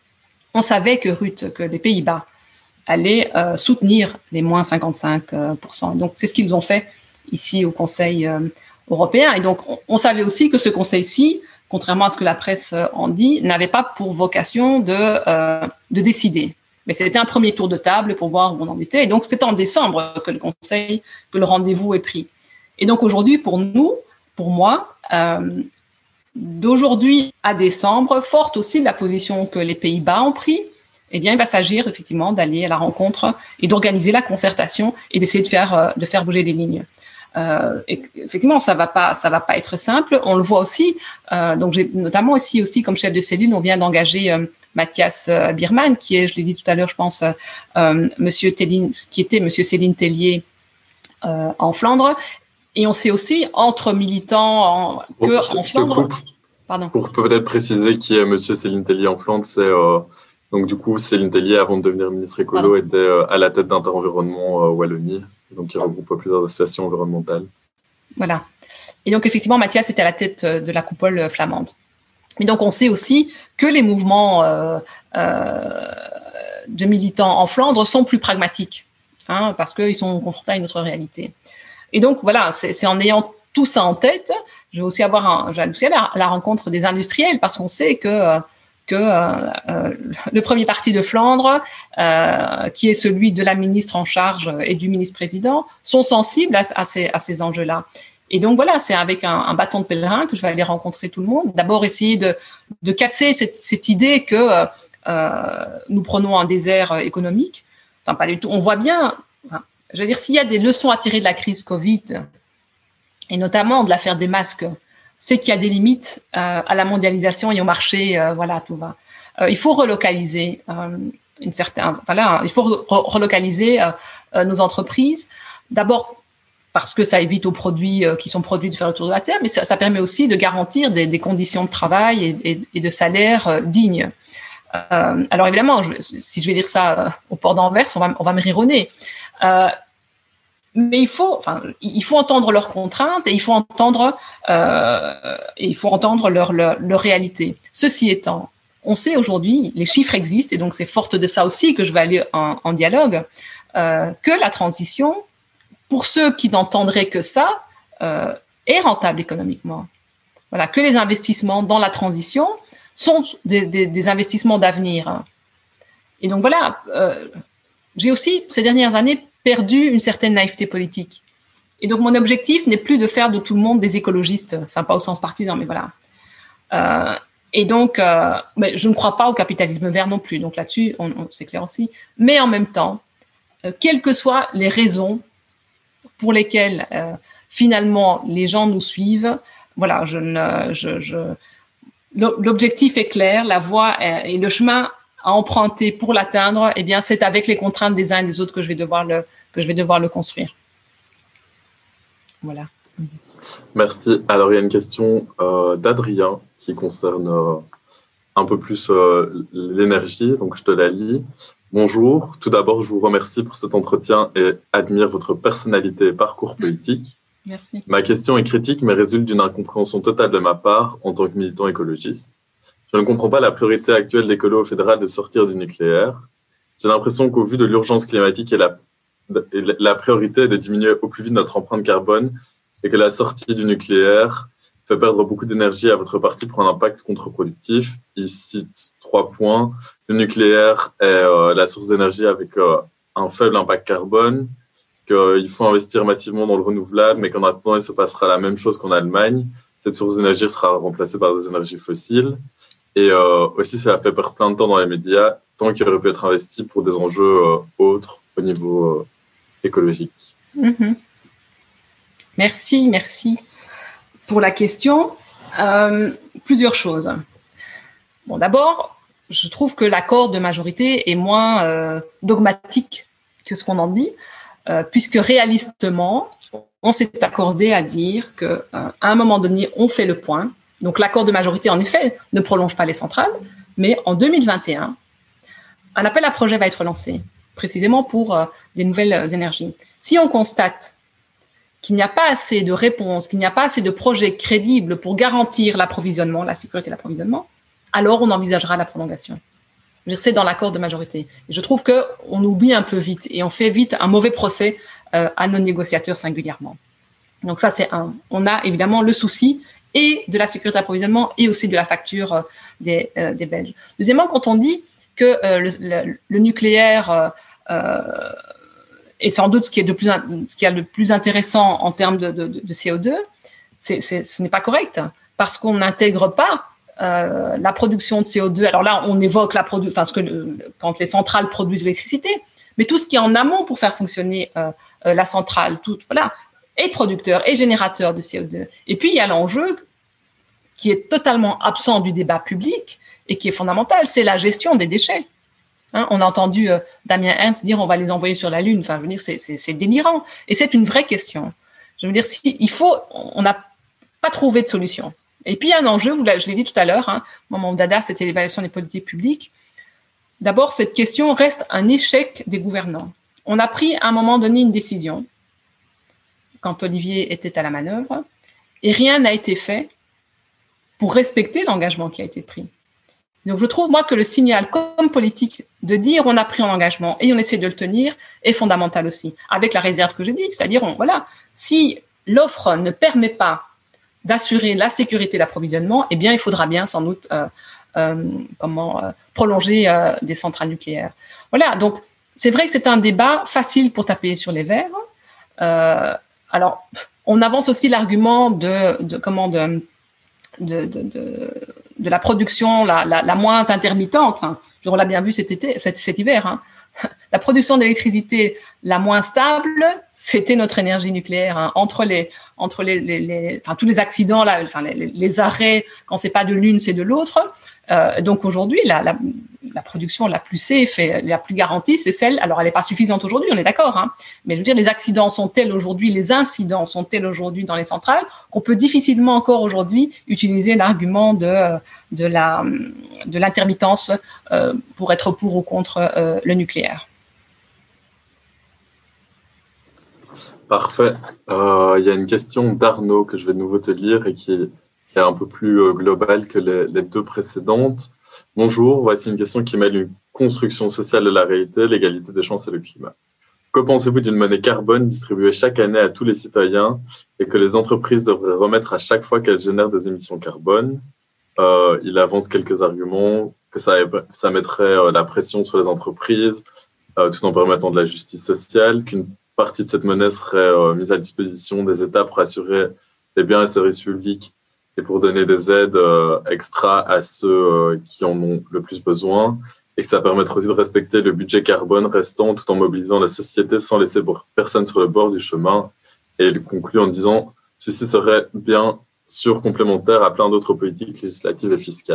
Speaker 2: On savait que Rutte, que les Pays-Bas allaient euh, soutenir les moins cinquante-cinq pour cent. Donc, c'est ce qu'ils ont fait ici au Conseil euh, européen. Et donc, on, on savait aussi que ce Conseil-ci, contrairement à ce que la presse en dit, n'avait pas pour vocation de, euh, de décider. Mais c'était un premier tour de table pour voir où on en était. Et donc, c'est en décembre que le Conseil, que le rendez-vous est pris. Et donc, aujourd'hui, pour nous, pour moi, euh, d'aujourd'hui à décembre, forte aussi de la position que les Pays-Bas ont pris, eh bien, il va s'agir effectivement d'aller à la rencontre et d'organiser la concertation et d'essayer de faire, de faire bouger les lignes. Euh, et effectivement, ça va pas, ça va pas être simple. On le voit aussi. Euh, donc, j'ai notamment ici aussi comme chef de cellule, on vient d'engager euh, Mathias euh, Bierman, qui est, je l'ai dit tout à l'heure, je pense, euh, Monsieur Tellin, qui était Monsieur Céline Tellier euh, en Flandre. Et on sait aussi entre militants en, que
Speaker 1: oh,
Speaker 2: en Flandre.
Speaker 1: Pardon. Pour peut-être préciser qui est Monsieur Céline Tellier en Flandre, c'est euh, donc du coup Céline Tellier, avant de devenir ministre écolo, Pardon. était euh, à la tête d'Interenvironnement euh, Wallonie. Donc, il regroupe plusieurs associations environnementales.
Speaker 2: Voilà. Et donc, effectivement, Mathias était à la tête de la coupole flamande. Et donc, on sait aussi que les mouvements euh, euh, de militants en Flandre sont plus pragmatiques, hein, parce qu'ils sont confrontés à une autre réalité. Et donc, voilà, c'est, c'est en ayant tout ça en tête, je vais aussi avoir un, j'ai aussi à la, à la rencontre des industriels, parce qu'on sait que euh, que euh, euh, le premier parti de Flandre, euh, qui est celui de la ministre en charge et du ministre-président, sont sensibles à, à, ces, à ces enjeux-là. Et donc voilà, c'est avec un, un bâton de pèlerin que je vais aller rencontrer tout le monde. D'abord essayer de, de casser cette, cette idée que euh, nous prenons un désert économique. Enfin, pas du tout. On voit bien, enfin, je veux dire, s'il y a des leçons à tirer de la crise Covid, et notamment de l'affaire des masques, c'est qu'il y a des limites euh, à la mondialisation et au marché, euh, voilà, tout va. Euh, il faut relocaliser euh, une certaine, voilà, il faut re- relocaliser euh, euh, nos entreprises. D'abord parce que ça évite aux produits euh, qui sont produits de faire le tour de la terre, mais ça, ça permet aussi de garantir des, des conditions de travail et, et, et de salaire euh, dignes. Euh, alors évidemment, je, si je vais dire ça euh, au port d'Anvers, on va, on va me rironner. Euh, mais il faut, enfin, il faut entendre leurs contraintes et il faut entendre, euh, et il faut entendre leur, leur, leur réalité. Ceci étant, on sait aujourd'hui, les chiffres existent, et donc c'est forte de ça aussi que je vais aller en, en dialogue, euh, que la transition, pour ceux qui n'entendraient que ça, euh, est rentable économiquement. Voilà, que les investissements dans la transition sont des, des, des investissements d'avenir. Et donc voilà, euh, j'ai aussi, ces dernières années, perdu une certaine naïveté politique. Et donc mon objectif n'est plus de faire de tout le monde des écologistes, enfin pas au sens partisan, mais voilà. Euh, et donc, euh, mais je ne crois pas au capitalisme vert non plus, donc là-dessus, on, on, c'est clair aussi. Mais en même temps, euh, quelles que soient les raisons pour lesquelles euh, finalement les gens nous suivent, voilà, je ne, je, je, l'objectif est clair, la voie est, et le chemin à emprunter pour l'atteindre, eh bien, c'est avec les contraintes des uns et des autres que je vais devoir le, que je vais devoir le construire. Voilà.
Speaker 1: Merci. Alors, il y a une question euh, d'Adrien qui concerne euh, un peu plus euh, l'énergie, donc je te la lis. Bonjour. Tout d'abord, je vous remercie pour cet entretien et admire votre personnalité et parcours politique.
Speaker 2: Merci.
Speaker 1: Ma question est critique, mais résulte d'une incompréhension totale de ma part en tant que militant écologiste. Je ne comprends pas la priorité actuelle des colos fédérales de sortir du nucléaire. J'ai l'impression qu'au vu de l'urgence climatique, et la, et la priorité est de diminuer au plus vite notre empreinte carbone et que la sortie du nucléaire fait perdre beaucoup d'énergie à votre parti pour un impact contre-productif. Il cite trois points. Le nucléaire est euh, la source d'énergie avec euh, un faible impact carbone, qu'il faut investir massivement dans le renouvelable, mais qu'en attendant, il se passera la même chose qu'en Allemagne. Cette source d'énergie sera remplacée par des énergies fossiles. Et euh, aussi, ça a fait perdre plein de temps dans les médias, tant qu'il aurait pu être investi pour des enjeux euh, autres au niveau euh, écologique.
Speaker 2: Mmh. Merci, merci pour la question. Euh, plusieurs choses. Bon, d'abord, je trouve que l'accord de majorité est moins euh, dogmatique que ce qu'on en dit, euh, puisque réalistement, on s'est accordé à dire qu'à euh, un moment donné, on fait le point. Donc, l'accord de majorité, en effet, ne prolonge pas les centrales, mais en deux mille vingt et un, un appel à projet va être lancé, précisément pour euh, des nouvelles énergies. Si on constate qu'il n'y a pas assez de réponses, qu'il n'y a pas assez de projets crédibles pour garantir l'approvisionnement, la sécurité de l'approvisionnement, alors on envisagera la prolongation. Je veux dire, c'est dans l'accord de majorité. Et je trouve qu'on oublie un peu vite et on fait vite un mauvais procès euh, à nos négociateurs singulièrement. Donc ça, c'est un. On a évidemment le souci et de la sécurité d'approvisionnement et aussi de la facture euh, des, euh, des Belges. Deuxièmement, quand on dit que euh, le, le, le nucléaire euh, euh, est sans doute ce qui est de plus, ce qui est le plus intéressant en termes de, de, de C O deux, c'est, c'est, ce n'est pas correct parce qu'on n'intègre pas euh, la production de C O deux. Alors là, on évoque la produ- enfin, ce que le, quand les centrales produisent l'électricité, mais tout ce qui est en amont pour faire fonctionner euh, euh, la centrale, tout, voilà, et producteur et générateur de C O deux. Et puis, il y a l'enjeu qui est totalement absent du débat public et qui est fondamental, c'est la gestion des déchets. Hein, on a entendu euh, Damien Ernst dire on va les envoyer sur la Lune. Enfin, je veux dire, c'est, c'est, c'est délirant. Et c'est une vraie question. Je veux dire, si, il faut, on n'a pas trouvé de solution. Et puis, il y a un enjeu, vous je l'ai dit tout à l'heure, hein, mon dada, c'était l'évaluation des politiques publiques. D'abord, cette question reste un échec des gouvernants. On a pris à un moment donné une décision quand Olivier était à la manœuvre, et rien n'a été fait pour respecter l'engagement qui a été pris. Donc, je trouve, moi, que le signal comme politique de dire on a pris un engagement et on essaie de le tenir est fondamental aussi, avec la réserve que j'ai dit, c'est-à-dire, on, voilà, si l'offre ne permet pas d'assurer la sécurité d'approvisionnement, eh bien, il faudra bien, sans doute, euh, euh, comment, euh, prolonger euh, des centrales nucléaires. Voilà, donc, c'est vrai que c'est un débat facile pour taper sur les verres. Euh, alors, on avance aussi l'argument de, de comment, de, de, de, de de la production la, la, la moins intermittente, enfin, on l'a bien vu cet été, cet, cet hiver, hein. La production d'électricité la moins stable, c'était notre énergie nucléaire, hein. Entre les, entre les, les, les, enfin tous les accidents là, enfin les, les arrêts quand c'est pas de l'une, c'est de l'autre. Euh, donc aujourd'hui, la, la, la production la plus safe et la plus garantie, c'est celle. Alors elle n'est pas suffisante aujourd'hui, on est d'accord, hein. Mais je veux dire, les accidents sont tels aujourd'hui, les incidents sont tels aujourd'hui dans les centrales qu'on peut difficilement encore aujourd'hui utiliser l'argument de de la de l'intermittence euh, pour être pour ou contre euh, le nucléaire.
Speaker 1: Parfait. Euh, il y a une question d'Arnaud que je vais de nouveau te lire et qui est un peu plus euh, globale que les, les deux précédentes. Bonjour, voici une question qui mêle une construction sociale de la réalité, l'égalité des chances et le climat. Que pensez-vous d'une monnaie carbone distribuée chaque année à tous les citoyens et que les entreprises devraient remettre à chaque fois qu'elles génèrent des émissions carbone? euh, Il avance quelques arguments, que ça, ça mettrait euh, la pression sur les entreprises, euh, tout en permettant de la justice sociale, qu'une partie de cette monnaie serait euh, mise à disposition des États pour assurer les biens et services publics et pour donner des aides euh, extra à ceux euh, qui en ont le plus besoin, et que ça permettrait aussi de respecter le budget carbone restant tout en mobilisant la société sans laisser personne sur le bord du chemin. Et il conclut en disant « Ceci serait bien sûr complémentaire à plein d'autres politiques législatives et fiscales ».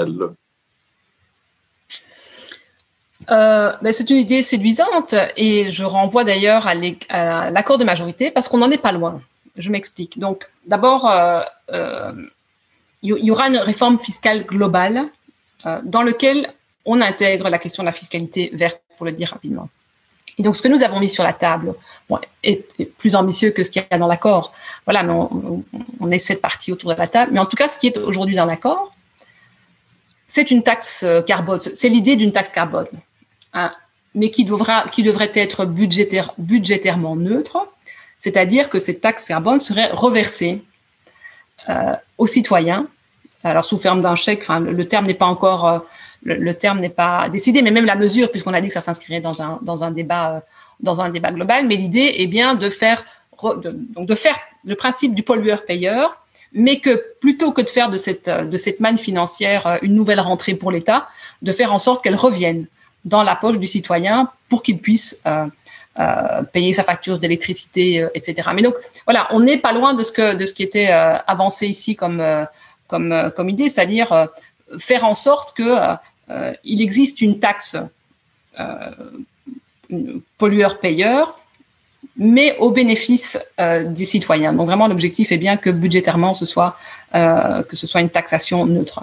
Speaker 2: Euh, ben c'est une idée séduisante et je renvoie d'ailleurs à l'accord de majorité parce qu'on n'en est pas loin. Je m'explique. Donc, d'abord, euh, euh, il y aura une réforme fiscale globale euh, dans laquelle on intègre la question de la fiscalité verte, pour le dire rapidement. Et donc, ce que nous avons mis sur la table bon, est, est plus ambitieux que ce qu'il y a dans l'accord. Voilà, mais on, on est sept parties autour de la table. Mais en tout cas, ce qui est aujourd'hui dans l'accord, c'est une taxe carbone. C'est l'idée d'une taxe carbone, hein, mais qui, devra, qui devrait être budgétaire, budgétairement neutre, c'est-à-dire que cette taxe carbone serait reversée euh, aux citoyens, alors sous forme d'un chèque. Enfin, le, le terme n'est pas encore, euh, le, le terme n'est pas décidé, mais même la mesure, puisqu'on a dit que ça s'inscrirait dans un dans un débat euh, dans un débat global. Mais l'idée est bien de faire de, donc de faire le principe du pollueur-payeur, mais que plutôt que de faire de cette de cette manne financière une nouvelle rentrée pour l'État, de faire en sorte qu'elle revienne dans la poche du citoyen pour qu'il puisse euh, euh, payer sa facture d'électricité, euh, et cetera. Mais donc voilà, on n'est pas loin de ce que de ce qui était euh, avancé ici comme euh, comme euh, comme idée, c'est-à-dire euh, faire en sorte que euh, il existe une taxe euh, pollueur-payeur, mais au bénéfice euh, des citoyens. Donc vraiment, l'objectif est bien que budgétairement, ce soit euh, que ce soit une taxation neutre.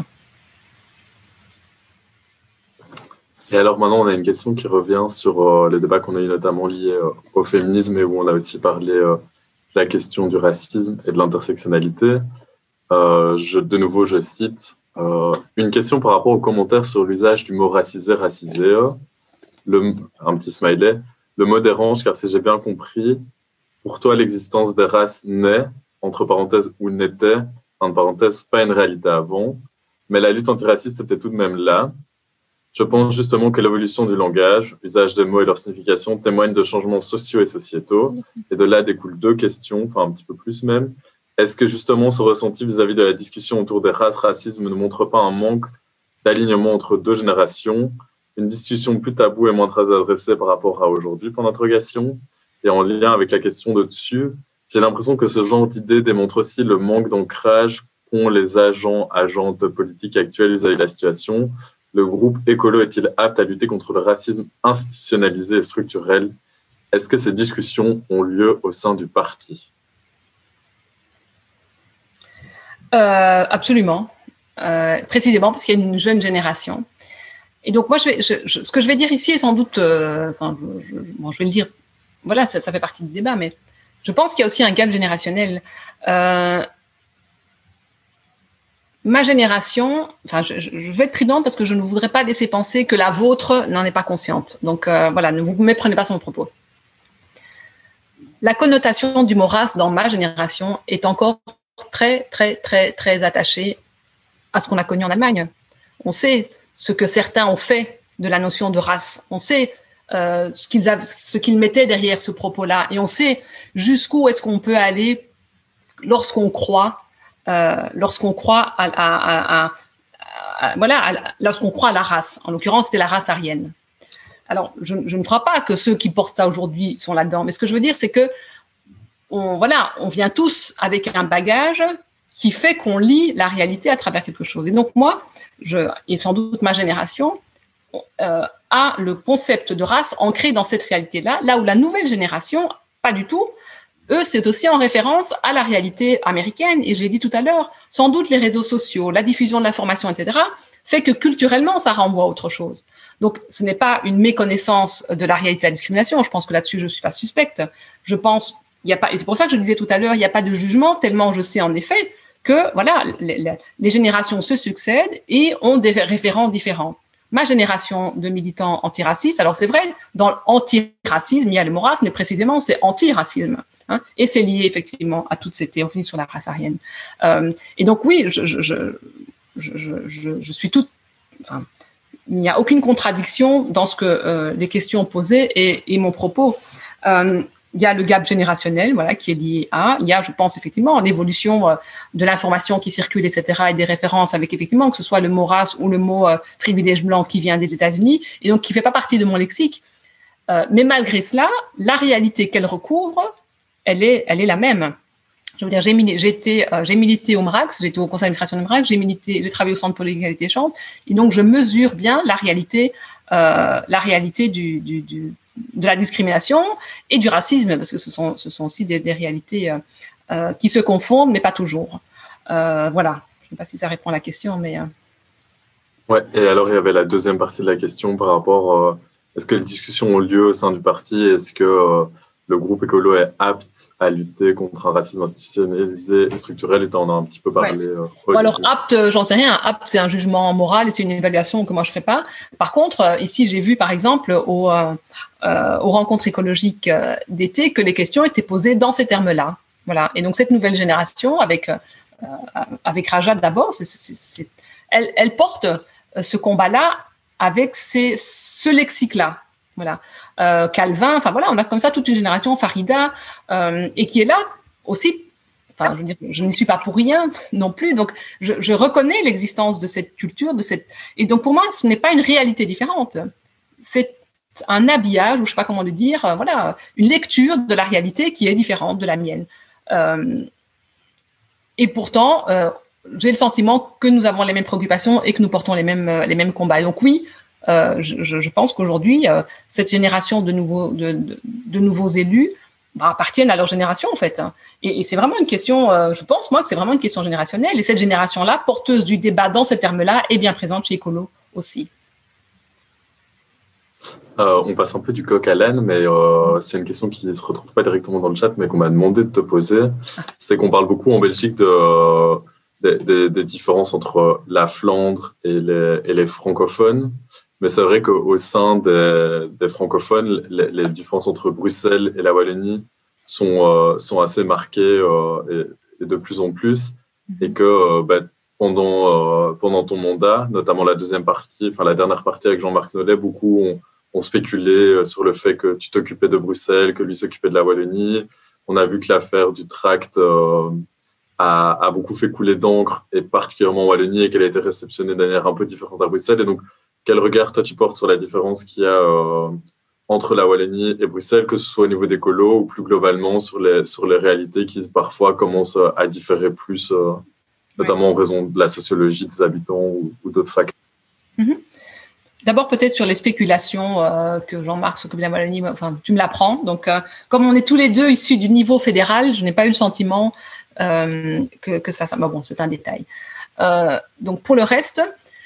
Speaker 1: Et alors maintenant, on a une question qui revient sur euh, les débats qu'on a eu notamment liés euh, au féminisme et où on a aussi parlé euh, de la question du racisme et de l'intersectionnalité. Euh, je, de nouveau, je cite euh, une question par rapport aux commentaires sur l'usage du mot racisé, racisé. Le, un petit smiley. Le mot dérange car si j'ai bien compris, pour toi, l'existence des races naît, entre parenthèses, ou n'était, entre parenthèses, pas une réalité avant, mais la lutte antiraciste était tout de même là. Je pense justement que l'évolution du langage, l'usage des mots et leur signification témoignent de changements sociaux et sociétaux. Et de là découlent deux questions, enfin un petit peu plus même. Est-ce que justement ce ressenti vis-à-vis de la discussion autour des races, racisme ne montre pas un manque d'alignement entre deux générations, une discussion plus taboue et moins très adressée par rapport à aujourd'hui, pour l'interrogation? Et en lien avec la question de dessus, j'ai l'impression que ce genre d'idée démontre aussi le manque d'ancrage qu'ont les agents, agentes politiques actuels vis-à-vis de la situation. Le groupe écolo est-il apte à lutter contre le racisme institutionnalisé et structurel? Est-ce que ces discussions ont lieu au sein du parti?
Speaker 2: euh, Absolument. Euh, précisément parce qu'il y a une jeune génération. Et donc moi, je vais, je, je, ce que je vais dire ici est sans doute, euh, enfin, je, bon, je vais le dire, voilà, ça, ça fait partie du débat, mais je pense qu'il y a aussi un gap générationnel. Euh, ma génération, enfin, je, je, je vais être prudente parce que je ne voudrais pas laisser penser que la vôtre n'en est pas consciente. Donc euh, voilà, ne vous méprenez pas sur mon propos. La connotation du mot race dans ma génération est encore très, très, très, très attachée à ce qu'on a connu en Allemagne. On sait ce que certains ont fait de la notion de race. On sait euh, ce qu'ils avaient, ce qu'ils mettaient derrière ce propos-là, et on sait jusqu'où est-ce qu'on peut aller lorsqu'on croit, euh, lorsqu'on croit à, à, à, à, à voilà, à, lorsqu'on croit à la race. En l'occurrence, c'était la race aryenne. Alors, je, je ne crois pas que ceux qui portent ça aujourd'hui sont là-dedans, mais ce que je veux dire, c'est que on, voilà, on vient tous avec un bagage qui fait qu'on lit la réalité à travers quelque chose. Et donc moi, je, et sans doute ma génération, euh, a le concept de race ancré dans cette réalité-là, là où la nouvelle génération, pas du tout. Eux, c'est aussi en référence à la réalité américaine. Et j'ai dit tout à l'heure, sans doute les réseaux sociaux, la diffusion de l'information, et cetera, fait que culturellement, ça renvoie à autre chose. Donc, ce n'est pas une méconnaissance de la réalité de la discrimination. Je pense que là-dessus, je suis pas suspecte. Je pense il y a pas, et c'est pour ça que je disais tout à l'heure, il n'y a pas de jugement, tellement je sais en effet que voilà, les, les générations se succèdent et ont des référents différents. Ma génération de militants antiracistes, alors c'est vrai, dans l'antiracisme, il y a le mot race, mais précisément, c'est antiracisme. Hein, et c'est lié effectivement à toutes ces théories sur la race aryenne. Euh, et donc oui, je, je, je, je, je, je suis toute... Enfin, il n'y a aucune contradiction dans ce que euh, les questions posées et, et mon propos. Euh, Il y a le gap générationnel, voilà, qui est lié à. Il y a, je pense effectivement, l'évolution euh, de l'information qui circule, et cetera, et des références avec effectivement que ce soit le mot race ou le mot euh, privilège blanc qui vient des États-Unis et donc qui fait pas partie de mon lexique. Euh, mais malgré cela, la réalité qu'elle recouvre, elle est, elle est la même. Je veux dire, j'ai, j'ai, été, euh, j'ai milité au MRAX, j'étais au conseil d'administration du MRAX, j'ai milité, j'ai travaillé au Centre pour l'égalité des chances, et donc je mesure bien la réalité, euh, la réalité du, du, du de la discrimination et du racisme, parce que ce sont, ce sont aussi des, des réalités euh, euh, qui se confondent, mais pas toujours. Euh, voilà. Je ne sais pas si ça répond à la question, mais... Euh...
Speaker 1: Ouais, et alors il y avait la deuxième partie de la question par rapport, euh, est-ce que les discussions ont lieu au sein du parti, est-ce que euh, le groupe écolo est apte à lutter contre un racisme institutionnalisé et structurel, et tu en as un petit peu parlé.
Speaker 2: Ouais.
Speaker 1: Euh,
Speaker 2: bon, alors apte, j'en sais rien, apte c'est un jugement moral et c'est une évaluation que moi je ne ferai pas. Par contre, ici j'ai vu par exemple au... Euh, Euh, aux rencontres écologiques euh, d'été que les questions étaient posées dans ces termes-là. Voilà. Et donc cette nouvelle génération, avec euh, avec Raja d'abord, c'est, c'est, c'est, elle, elle porte ce combat-là avec ces, ce lexique-là. Voilà. Euh, Calvin, enfin voilà, on a comme ça toute une génération, Farida, euh, et qui est là aussi. Enfin, je veux dire, je n'y suis pas pour rien non plus. Donc, je, je reconnais l'existence de cette culture, de cette. Et donc pour moi, ce n'est pas une réalité différente. C'est un habillage, ou je sais pas comment le dire, euh, voilà, une lecture de la réalité qui est différente de la mienne. Euh, et pourtant, euh, j'ai le sentiment que nous avons les mêmes préoccupations et que nous portons les mêmes, les mêmes combats. Et donc oui, euh, je, je pense qu'aujourd'hui, euh, cette génération de nouveaux, de, de, de nouveaux élus bah, appartiennent à leur génération, en fait. Et, et c'est vraiment une question, euh, je pense, moi, que c'est vraiment une question générationnelle. Et cette génération-là, porteuse du débat dans ces termes-là, est bien présente chez Écolo aussi.
Speaker 1: Euh, on passe un peu du coq à l'âne, mais euh, c'est une question qui ne se retrouve pas directement dans le chat, mais qu'on m'a demandé de te poser. C'est qu'on parle beaucoup en Belgique de, de, de, des différences entre la Flandre et les, et les francophones. Mais c'est vrai qu'au sein des, des francophones, les, les différences entre Bruxelles et la Wallonie sont, euh, sont assez marquées euh, et, et de plus en plus. Et que euh, bah, pendant, euh, pendant ton mandat, notamment la deuxième partie, enfin la dernière partie avec Jean-Marc Nollet, beaucoup ont on spéculait sur le fait que tu t'occupais de Bruxelles, que lui s'occupait de la Wallonie. On a vu que l'affaire du tract euh, a, a beaucoup fait couler d'encre, et particulièrement en Wallonie, et qu'elle a été réceptionnée de manière un peu différente à Bruxelles. Et donc, quel regard toi tu portes sur la différence qu'il y a euh, entre la Wallonie et Bruxelles, que ce soit au niveau des colos ou plus globalement sur les, sur les réalités qui parfois commencent à différer plus, euh, notamment ouais. en raison de la sociologie des habitants ou, ou d'autres facteurs.
Speaker 2: Mm-hmm. D'abord, peut-être sur les spéculations euh, que Jean-Marc s'occupe de la Wallonie. Enfin, tu me l'apprends. Donc, euh, comme on est tous les deux issus du niveau fédéral, je n'ai pas eu le sentiment euh, que, que ça... Bah bon, c'est un détail. Euh, donc, pour le reste,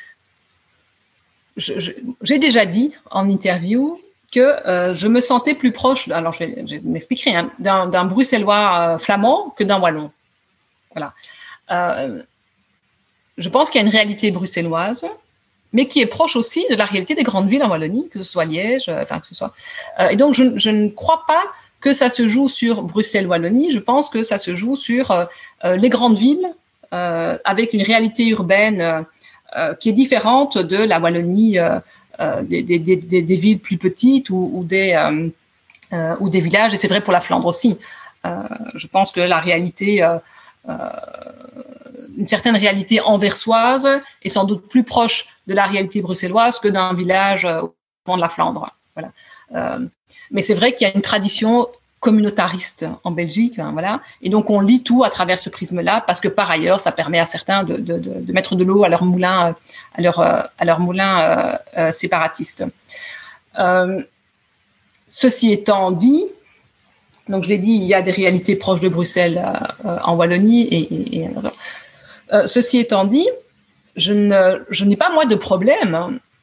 Speaker 2: je, je, j'ai déjà dit en interview que euh, je me sentais plus proche... Alors, je, vais, je m'expliquerai, hein, d'un, d'un Bruxellois euh, flamand que d'un Wallon. Voilà. Euh, je pense qu'il y a une réalité bruxelloise, mais qui est proche aussi de la réalité des grandes villes en Wallonie, que ce soit Liège, euh, enfin que ce soit. Euh, et donc je, je ne crois pas que ça se joue sur Bruxelles-Wallonie. Je pense que ça se joue sur euh, euh, les grandes villes, euh, avec une réalité urbaine euh, euh, qui est différente de la Wallonie, euh, euh, des, des, des, des villes plus petites ou, ou des euh, euh, ou des villages. Et c'est vrai pour la Flandre aussi. Euh, je pense que la réalité euh, euh, une certaine réalité anversoise est sans doute plus proche de la réalité bruxelloise que d'un village au fond de la Flandre. Voilà. Euh, mais c'est vrai qu'il y a une tradition communautariste en Belgique, hein, voilà. Et donc on lit tout à travers ce prisme-là, parce que par ailleurs, ça permet à certains de, de, de, de mettre de l'eau à leur moulin, à leur, à leur moulin euh, euh, séparatiste. Euh, ceci étant dit, donc je l'ai dit, il y a des réalités proches de Bruxelles euh, en Wallonie et, et, et Euh, ceci étant dit, je, ne, je n'ai pas, moi, de problème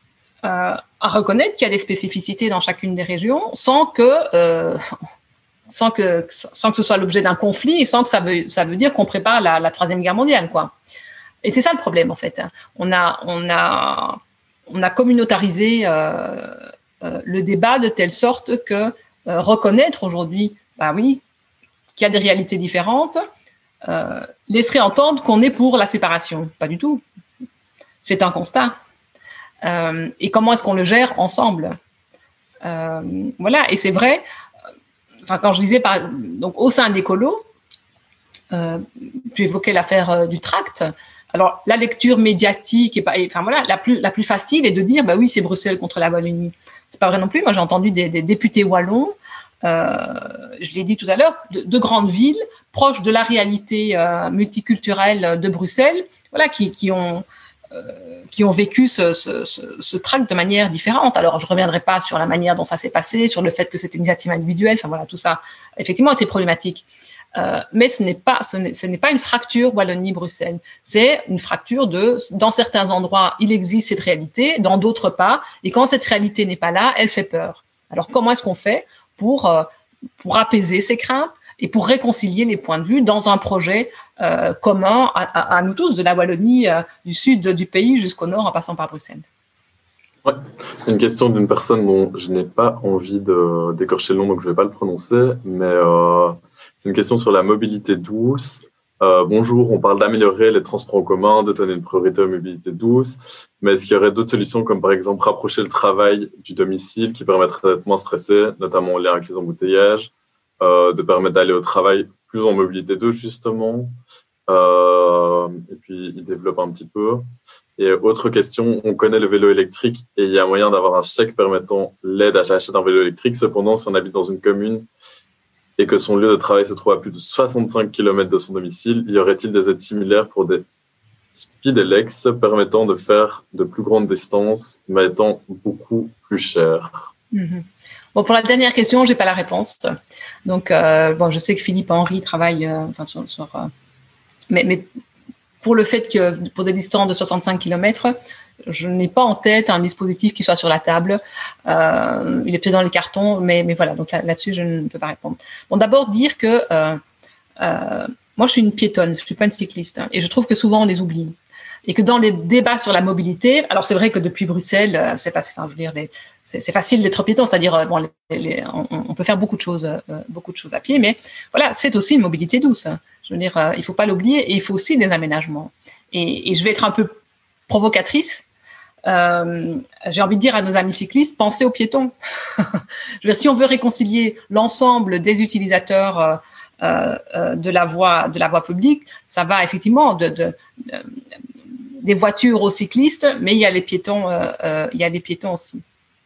Speaker 2: euh, à reconnaître qu'il y a des spécificités dans chacune des régions sans que, euh, sans que, sans que ce soit l'objet d'un conflit et sans que ça veut, ça veut dire qu'on prépare la, la troisième guerre mondiale, quoi. Et c'est ça le problème, en fait. On a, on a, on a communautarisé euh, euh, le débat de telle sorte que euh, reconnaître aujourd'hui, bah oui, qu'il y a des réalités différentes, euh, laisserait entendre qu'on est pour la séparation. Pas du tout. C'est un constat. Euh, et comment est-ce qu'on le gère ensemble? euh, Voilà. Et c'est vrai. Enfin, quand je disais, par, donc au sein d'Écolo, euh, tu évoquais l'affaire euh, du tract. Alors, la lecture médiatique, et pas, et, enfin voilà, la plus la plus facile est de dire, bah oui, c'est Bruxelles contre la Wallonie. C'est pas vrai non plus. Moi, j'ai entendu des, des députés wallons. Euh, je l'ai dit tout à l'heure, de, de grandes villes proches de la réalité euh, multiculturelle de Bruxelles, voilà, qui, qui ont euh, qui ont vécu ce, ce, ce, ce tract de manière différente. Alors, je reviendrai pas sur la manière dont ça s'est passé, sur le fait que c'était une initiative individuelle. Enfin voilà, tout ça effectivement était problématique. Euh, mais ce n'est pas ce n'est, ce n'est pas une fracture Wallonie-Bruxelles. C'est une fracture de dans certains endroits il existe cette réalité, dans d'autres pas. Et quand cette réalité n'est pas là, elle fait peur. Alors, comment est-ce qu'on fait pour, euh, pour apaiser ces craintes et pour réconcilier les points de vue dans un projet euh, commun à, à, à nous tous, de la Wallonie, euh, du sud du pays jusqu'au nord en passant par Bruxelles.
Speaker 1: Ouais, c'est une question d'une personne dont je n'ai pas envie de, d'écorcher le nom, donc je ne vais pas le prononcer, mais euh, c'est une question sur la mobilité douce. Euh, bonjour, on parle d'améliorer les transports en commun, de donner une priorité aux mobilités douces, mais est-ce qu'il y aurait d'autres solutions comme par exemple rapprocher le travail du domicile qui permettrait d'être moins stressé, notamment en lien avec les embouteillages, euh, de permettre d'aller au travail plus en mobilité douce justement, euh, et puis il développe un petit peu. Et autre question, on connaît le vélo électrique et il y a moyen d'avoir un chèque permettant l'aide à l'achat d'un vélo électrique. Cependant, si on habite dans une commune et que son lieu de travail se trouve à plus de soixante-cinq kilomètres de son domicile, y aurait-il des aides similaires pour des Speedelecs permettant de faire de plus grandes distances, mais étant beaucoup plus cher?
Speaker 2: Mm-hmm. Bon, pour la dernière question, j'ai pas la réponse. Donc, euh, bon, je sais que Philippe Henry travaille, euh, enfin, sur, sur euh, mais, mais pour le fait que pour des distances de soixante-cinq kilomètres, je n'ai pas en tête un dispositif qui soit sur la table. Euh, il est peut-être dans les cartons, mais, mais voilà, donc là, là-dessus, je ne peux pas répondre. Bon, d'abord, dire que euh, euh, moi, je suis une piétonne, je ne suis pas une cycliste, hein, et je trouve que souvent, on les oublie. Et que dans les débats sur la mobilité, alors c'est vrai que depuis Bruxelles, c'est facile, enfin, je veux dire, les, c'est, c'est facile d'être piéton, c'est-à-dire bon, les, les, on, on peut faire beaucoup de choses, euh, beaucoup de choses à pied, mais voilà, c'est aussi une mobilité douce. Je veux dire, euh, il faut pas l'oublier, et il faut aussi des aménagements. Et, et je vais être un peu provocatrice. Euh, j'ai envie de dire à nos amis cyclistes, pensez aux piétons. Je veux dire, si on veut réconcilier l'ensemble des utilisateurs euh, euh, de la voie, de la voie publique, ça va effectivement de, de, de des voitures aux cyclistes, mais il y a les piétons, euh, euh, il y a des piétons aussi.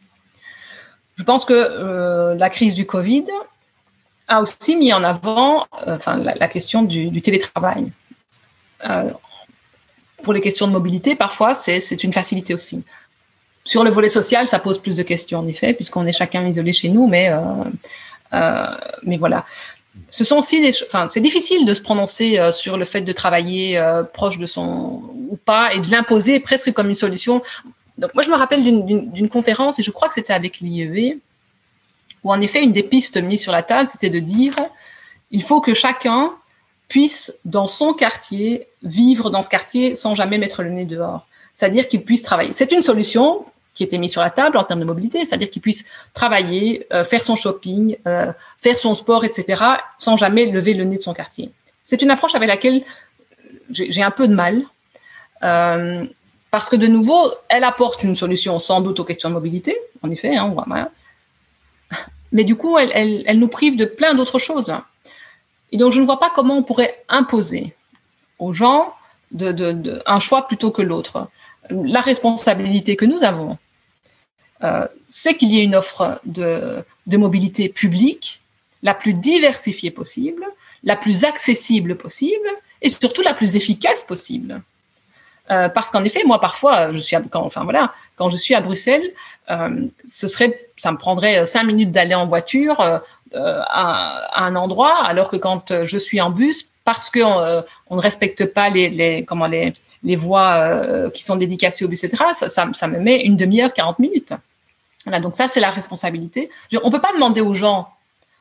Speaker 2: Je pense que euh, la crise du Covid a aussi mis en avant, euh, enfin, la, la question du, du télétravail. Euh, pour les questions de mobilité, parfois, c'est, c'est une facilité aussi. Sur le volet social, ça pose plus de questions, en effet, puisqu'on est chacun isolé chez nous, mais, euh, euh, mais voilà. Ce sont aussi des, enfin, c'est difficile de se prononcer euh, sur le fait de travailler euh, proche de son ou pas et de l'imposer presque comme une solution. Donc moi je me rappelle d'une, d'une, d'une conférence et je crois que c'était avec l'I E V où en effet une des pistes mises sur la table c'était de dire il faut que chacun puisse dans son quartier vivre dans ce quartier sans jamais mettre le nez dehors. C'est-à-dire qu'il puisse travailler. C'est une solution qui était mise sur la table en termes de mobilité, c'est-à-dire qu'il puisse travailler, euh, faire son shopping, euh, faire son sport, et cetera, sans jamais lever le nez de son quartier. C'est une approche avec laquelle j'ai, j'ai un peu de mal, euh, parce que de nouveau, elle apporte une solution sans doute aux questions de mobilité, en effet, hein, voilà. Mais du coup, elle, elle, elle nous prive de plein d'autres choses. Et donc, je ne vois pas comment on pourrait imposer aux gens de, de, de, un choix plutôt que l'autre. La responsabilité que nous avons, euh, c'est qu'il y ait une offre de, de mobilité publique la plus diversifiée possible, la plus accessible possible et surtout la plus efficace possible. Euh, parce qu'en effet, moi, parfois, je suis à, quand, enfin, voilà, quand je suis à Bruxelles, euh, ce serait, ça me prendrait cinq minutes d'aller en voiture euh, à, à un endroit, alors que quand je suis en bus, parce qu'on euh, on ne respecte pas les, les, comment, les, les voies euh, qui sont dédicacées au bus, et cetera, ça, ça, ça me met une demi-heure, quarante minutes. Voilà, donc ça, c'est la responsabilité. On ne peut pas demander aux gens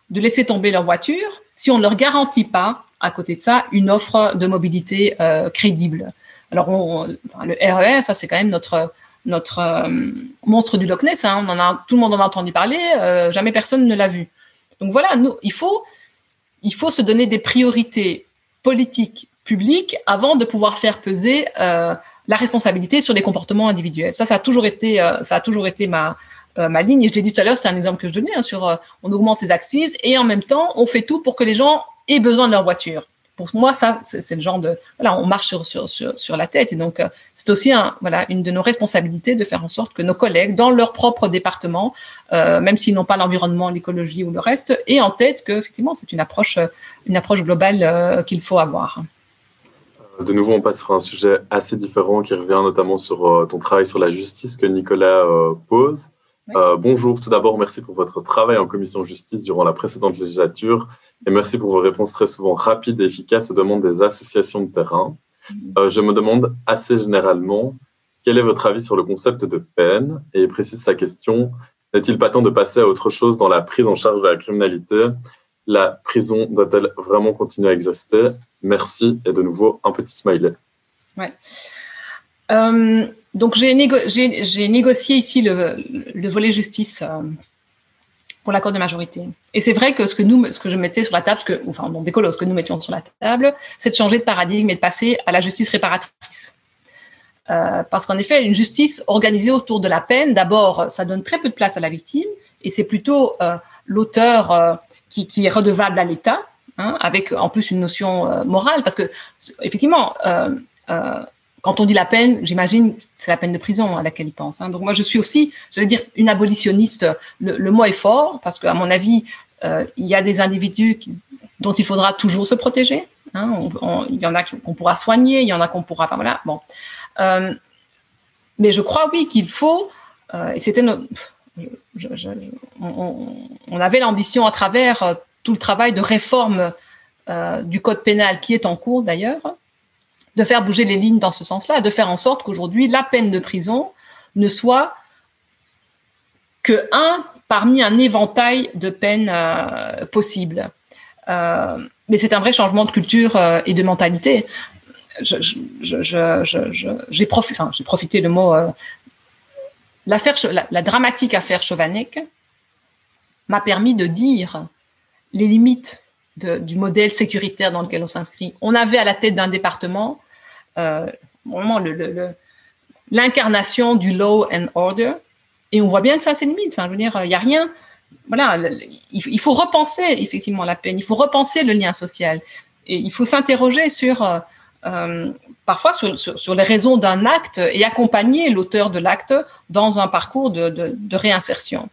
Speaker 2: de laisser tomber leur voiture si on ne leur garantit pas, à côté de ça, une offre de mobilité euh, crédible. Alors, on, enfin, le R E R, ça, c'est quand même notre, notre euh, monstre du Loch Ness. Hein. On en a, tout le monde en a entendu parler, euh, jamais personne ne l'a vu. Donc voilà, nous, il faut, il faut se donner des priorités politiques, publiques, avant de pouvoir faire peser euh, la responsabilité sur les comportements individuels. Ça, ça a toujours été, euh, ça a toujours été ma, euh, ma ligne. Et je l'ai dit tout à l'heure, c'est un exemple que je donnais hein, sur, euh, on augmente les axes et en même temps, on fait tout pour que les gens aient besoin de leur voiture. Pour moi, ça, c'est, c'est le genre de, voilà, on marche sur sur sur, sur la tête et donc euh, c'est aussi un, voilà, une de nos responsabilités de faire en sorte que nos collègues, dans leur propre département, euh, même s'ils n'ont pas l'environnement, l'écologie ou le reste, aient en tête que effectivement, c'est une approche, une approche globale euh, qu'il faut avoir.
Speaker 1: De nouveau, on passe sur un sujet assez différent qui revient notamment sur euh, ton travail sur la justice que Nicolas euh, pose. Oui. Euh, bonjour, tout d'abord, merci pour votre travail en commission justice durant la précédente législature et merci pour vos réponses très souvent rapides et efficaces aux demandes des associations de terrain. Euh, je me demande assez généralement, quel est votre avis sur le concept de peine? Et il précise sa question, n'est-il pas temps de passer à autre chose dans la prise en charge de la criminalité? La prison doit-elle vraiment continuer à exister? Merci, et de nouveau, un petit smiley.
Speaker 2: Ouais. Euh, donc, j'ai, négo- j'ai, j'ai négocié ici le, le volet justice euh, pour l'accord de majorité. Et c'est vrai que ce que nous, ce que je mettais sur la table, ce que, enfin, non, décolo, ce que nous mettions sur la table, c'est de changer de paradigme et de passer à la justice réparatrice. Euh, parce qu'en effet, une justice organisée autour de la peine, d'abord, ça donne très peu de place à la victime, et c'est plutôt euh, l'auteur euh, qui, qui est redevable à l'État, hein, avec en plus une notion euh, morale, parce que effectivement, euh, euh, quand on dit la peine, j'imagine c'est la peine de prison à laquelle il pense. Hein. Donc moi, je suis aussi, je vais dire, une abolitionniste. Le, le mot est fort parce qu'à mon avis, euh, il y a des individus qui, dont il faudra toujours se protéger. Hein. On, on, il y en a qu'on pourra soigner, il y en a qu'on pourra, enfin voilà, bon. Euh, mais je crois oui qu'il faut, euh, et c'était notre, je, je, on, on avait l'ambition à travers euh, tout le travail de réforme euh, du code pénal qui est en cours d'ailleurs, de faire bouger les lignes dans ce sens-là, de faire en sorte qu'aujourd'hui la peine de prison ne soit que un parmi un éventail de peines euh, possibles. Euh, mais c'est un vrai changement de culture euh, et de mentalité. Je, je, je, je, je, j'ai, profité, enfin, j'ai profité le mot. Euh, l'affaire, la, la dramatique affaire Chovanec m'a permis de dire les limites de, du modèle sécuritaire dans lequel on s'inscrit. On avait à la tête d'un département euh, vraiment le, le, le, l'incarnation du law and order, et on voit bien que ça a ses limites. Enfin, je veux dire, il n'y a rien. Voilà, il, il faut repenser effectivement la peine. Il faut repenser le lien social, et il faut s'interroger sur euh, Euh, parfois sur, sur, sur les raisons d'un acte et accompagner l'auteur de l'acte dans un parcours de, de, de réinsertion.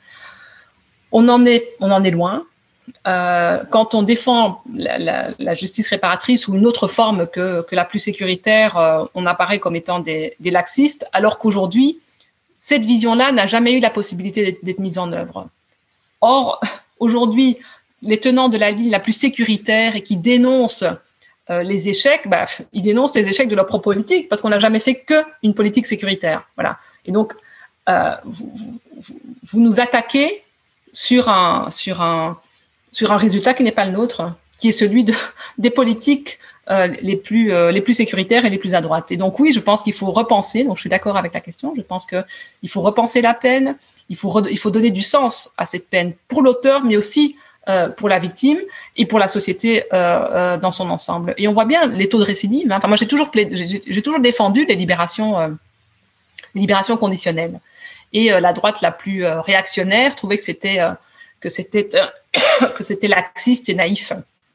Speaker 2: On en est, on en est loin. Euh, quand on défend la, la, la justice réparatrice ou une autre forme que, que la plus sécuritaire, euh, on apparaît comme étant des, des laxistes, alors qu'aujourd'hui, cette vision-là n'a jamais eu la possibilité d'être, d'être mise en œuvre. Or, aujourd'hui, les tenants de la ligne la plus sécuritaire et qui dénoncent Euh, les échecs, bah, ils dénoncent les échecs de leur propre politique parce qu'on n'a jamais fait que une politique sécuritaire. Voilà. Et donc, euh, vous, vous, vous nous attaquez sur un, sur un, sur un résultat qui n'est pas le nôtre, qui est celui de, des politiques euh, les plus, euh, les plus sécuritaires et les plus à droite. Et donc, oui, je pense qu'il faut repenser. Donc, je suis d'accord avec la question. Je pense que il faut repenser la peine. Il faut, re, il faut donner du sens à cette peine pour l'auteur, mais aussi Euh, pour la victime et pour la société euh, euh, dans son ensemble. Et on voit bien les taux de récidive. Hein. Enfin, moi, j'ai toujours, plaid... j'ai, j'ai toujours défendu les libérations, euh, les libérations conditionnelles. Et euh, la droite la plus euh, réactionnaire trouvait que c'était, euh, que c'était, euh, que c'était laxiste et naïf.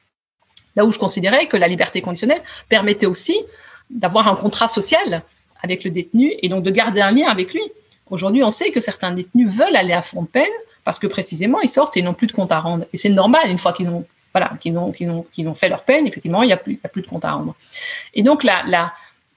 Speaker 2: Là où je considérais que la liberté conditionnelle permettait aussi d'avoir un contrat social avec le détenu et donc de garder un lien avec lui. Aujourd'hui, on sait que certains détenus veulent aller à fond de peine parce que précisément, ils sortent et ils n'ont plus de compte à rendre. Et c'est normal, une fois qu'ils ont, voilà, qu'ils ont, qu'ils ont, qu'ils ont fait leur peine, effectivement, il n'y a plus, il y a plus de compte à rendre. Et donc, la, la,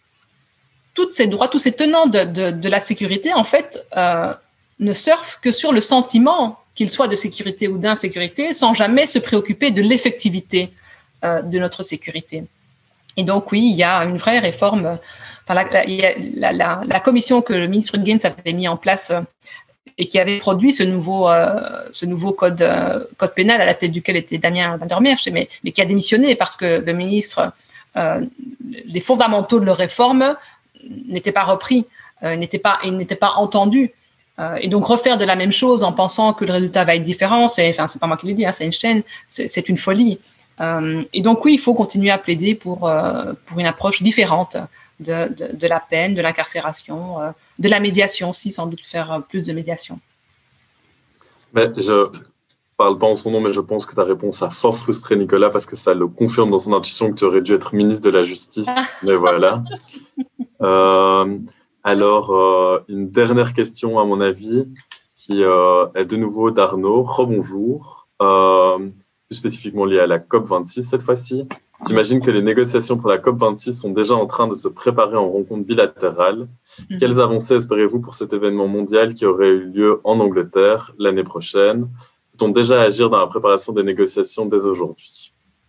Speaker 2: toutes ces droits, tous ces tenants de, de, de la sécurité, en fait, euh, ne surfent que sur le sentiment qu'il soit de sécurité ou d'insécurité, sans jamais se préoccuper de l'effectivité euh, de notre sécurité. Et donc, oui, il y a une vraie réforme. Enfin, la, la, la, la, la commission que le ministre Huygens avait mis en place, et qui avait produit ce nouveau, euh, ce nouveau code, euh, code pénal à la tête duquel était Damien Van der Merch, mais, mais qui a démissionné parce que le ministre, euh, les fondamentaux de leur réforme n'étaient pas repris, euh, n'étaient pas, ils n'étaient pas entendus. Euh, et donc refaire de la même chose en pensant que le résultat va être différent, c'est, enfin c'est pas moi qui l'ai dit, hein, c'est Einstein, c'est, c'est une folie. Euh, et donc oui, il faut continuer à plaider pour euh, pour une approche différente de de, de la peine, de l'incarcération, euh, de la médiation aussi, sans doute faire plus de médiation.
Speaker 1: Mais je parle pas en son nom, mais je pense que ta réponse a fort frustré Nicolas parce que ça le confirme dans son intuition que tu aurais dû être ministre de la Justice. Mais voilà. Euh, alors, euh, une dernière question à mon avis, qui euh, est de nouveau d'Arnaud. Rebonjour. Euh, plus spécifiquement liée à la COP vingt-six cette fois-ci. J'imagine que les négociations pour la COP vingt-six sont déjà en train de se préparer en rencontre bilatérale. Mmh. Quelles avancées espérez-vous pour cet événement mondial qui aurait eu lieu en Angleterre l'année prochaine? Peut-on déjà agir dans la préparation des négociations dès aujourd'hui?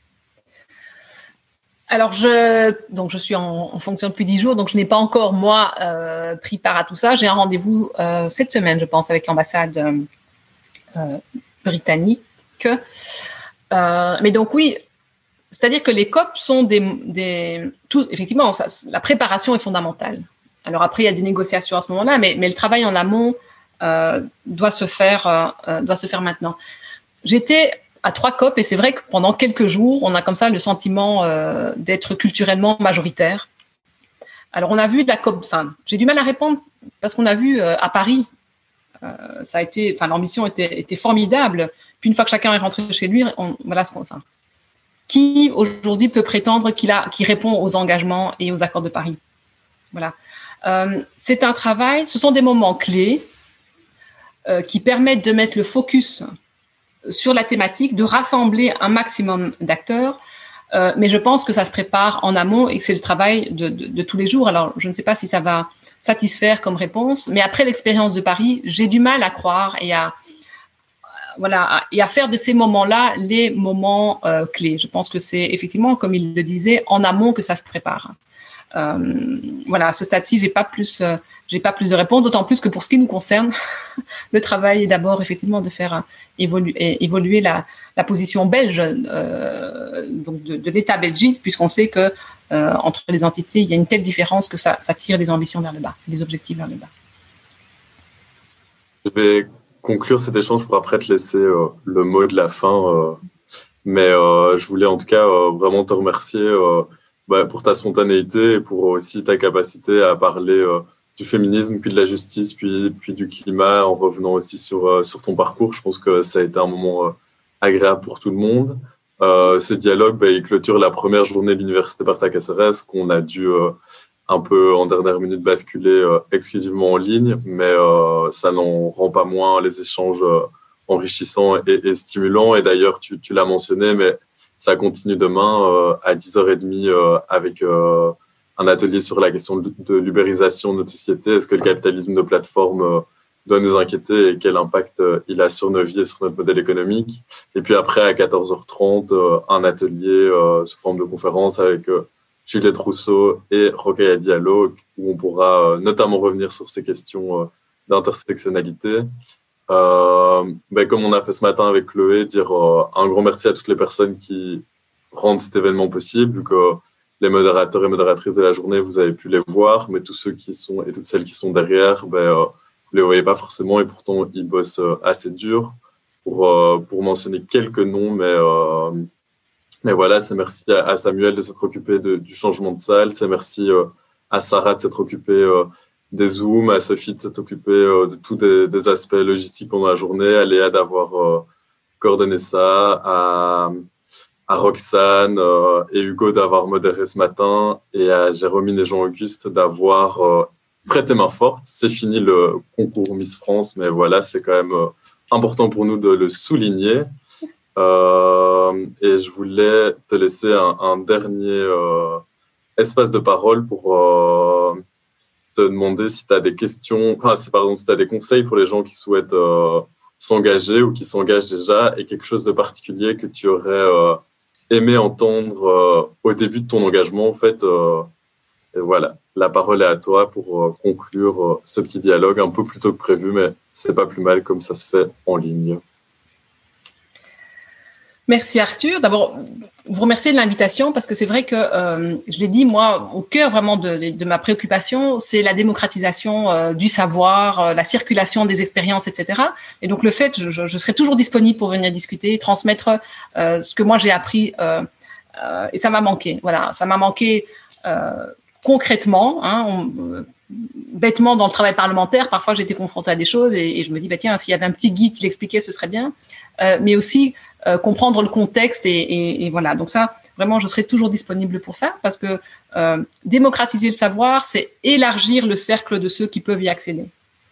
Speaker 2: Alors, je, donc je suis en, en fonction depuis dix jours, donc je n'ai pas encore, moi, euh, pris part à tout ça. J'ai un rendez-vous euh, cette semaine, je pense, avec l'ambassade euh, euh, britannique. Euh, mais donc, oui, c'est-à-dire que les COP sont des... des tout, effectivement, ça, la préparation est fondamentale. Alors après, il y a des négociations à ce moment-là, mais, mais le travail en amont euh, doit se faire, euh, doit se faire maintenant. J'étais à trois COP et c'est vrai que pendant quelques jours, on a comme ça le sentiment euh, d'être culturellement majoritaire. Alors, on a vu la COP... Enfin, j'ai du mal à répondre parce qu'on a vu euh, à Paris, euh, ça a été... Enfin, l'ambition était, était formidable. Puis une fois que chacun est rentré chez lui, on, voilà ce qu'on... Enfin, qui aujourd'hui peut prétendre qu'il a, qu'il répond aux engagements et aux accords de Paris? Voilà. Euh, c'est un travail, ce sont des moments clés euh, qui permettent de mettre le focus sur la thématique, de rassembler un maximum d'acteurs, euh, mais je pense que ça se prépare en amont et que c'est le travail de, de, de tous les jours. Alors, je ne sais pas si ça va satisfaire comme réponse, mais après l'expérience de Paris, j'ai du mal à croire et à Voilà, et à faire de ces moments-là les moments euh, clés. Je pense que c'est effectivement, comme il le disait, en amont que ça se prépare. Euh, voilà, à ce stade-ci, j'ai pas plus, euh, j'ai pas plus de réponses, d'autant plus que pour ce qui nous concerne, le travail est d'abord effectivement de faire évoluer, évoluer la, la position belge, euh, donc de, de l'État belgique, puisqu'on sait que euh, entre les entités, il y a une telle différence que ça, ça tire les ambitions vers le bas, les objectifs vers le bas.
Speaker 1: Je vais conclure cet échange pour après te laisser euh, le mot de la fin. Euh, mais euh, je voulais en tout cas euh, vraiment te remercier euh, bah, pour ta spontanéité et pour aussi ta capacité à parler euh, du féminisme, puis de la justice, puis, puis du climat, en revenant aussi sur, euh, sur ton parcours. Je pense que ça a été un moment euh, agréable pour tout le monde. Euh, ce dialogue, bah, il clôture la première journée de l'Université Parta Cáceres qu'on a dû... Euh, un peu en dernière minute basculer euh, exclusivement en ligne, mais euh, ça n'en rend pas moins les échanges euh, enrichissants et, et stimulants. Et d'ailleurs, tu, tu l'as mentionné, mais ça continue demain euh, à dix heures trente euh, avec euh, un atelier sur la question de, de l'ubérisation de notre société. Est-ce que le capitalisme de plateforme euh, doit nous inquiéter et quel impact euh, il a sur nos vies et sur notre modèle économique? Et puis après, à quatorze heures trente, euh, un atelier euh, sous forme de conférence avec... Euh, Juliette Rousseau et Rokhaya Diallo, où on pourra euh, notamment revenir sur ces questions euh, d'intersectionnalité. Euh, ben, comme on a fait ce matin avec Chloé, dire euh, un grand merci à toutes les personnes qui rendent cet événement possible, vu que les modérateurs et modératrices de la journée, vous avez pu les voir, mais tous ceux qui sont et toutes celles qui sont derrière, ben, euh, vous ne les voyez pas forcément et pourtant ils bossent euh, assez dur. Pour, euh, pour mentionner quelques noms, mais... Euh, Mais voilà, c'est merci à, à Samuel de s'être occupé de, du changement de salle, c'est merci euh, à Sarah de s'être occupée euh, des Zooms, à Sophie de s'être occupée euh, de tous des, des aspects logistiques pendant la journée, à Léa d'avoir euh, coordonné ça, à, à Roxane euh, et Hugo d'avoir modéré ce matin, et à Jérôme et Jean-Auguste d'avoir euh, prêté main forte. C'est fini le concours Miss France, mais voilà, c'est quand même euh, important pour nous de le souligner. Euh, et je voulais te laisser un, un dernier euh, espace de parole pour euh, te demander si tu as des questions, enfin, si, pardon, si tu as des conseils pour les gens qui souhaitent euh, s'engager ou qui s'engagent déjà, et quelque chose de particulier que tu aurais euh, aimé entendre euh, au début de ton engagement, en fait. Euh, et voilà. la parole est à toi pour euh, conclure euh, ce petit dialogue un peu plus tôt que prévu, mais c'est pas plus mal comme ça se fait en ligne.
Speaker 2: Merci Arthur. D'abord, vous remercier de l'invitation parce que c'est vrai que, euh, je l'ai dit, moi, au cœur vraiment de, de, de ma préoccupation, c'est la démocratisation euh, du savoir, euh, la circulation des expériences, et cetera. Et donc le fait, je, je serai toujours disponible pour venir discuter, transmettre euh, ce que moi j'ai appris euh, euh, et ça m'a manqué. Voilà, ça m'a manqué euh, concrètement. Hein, on, bêtement dans le travail parlementaire, parfois j'étais confrontée à des choses et, et je me dis bah tiens, s'il y avait un petit guide qui l'expliquait, ce serait bien. Euh, mais aussi euh, comprendre le contexte et, et, et voilà. Donc ça, vraiment, je serai toujours disponible pour ça parce que euh, démocratiser le savoir, c'est élargir le cercle de ceux qui peuvent y accéder.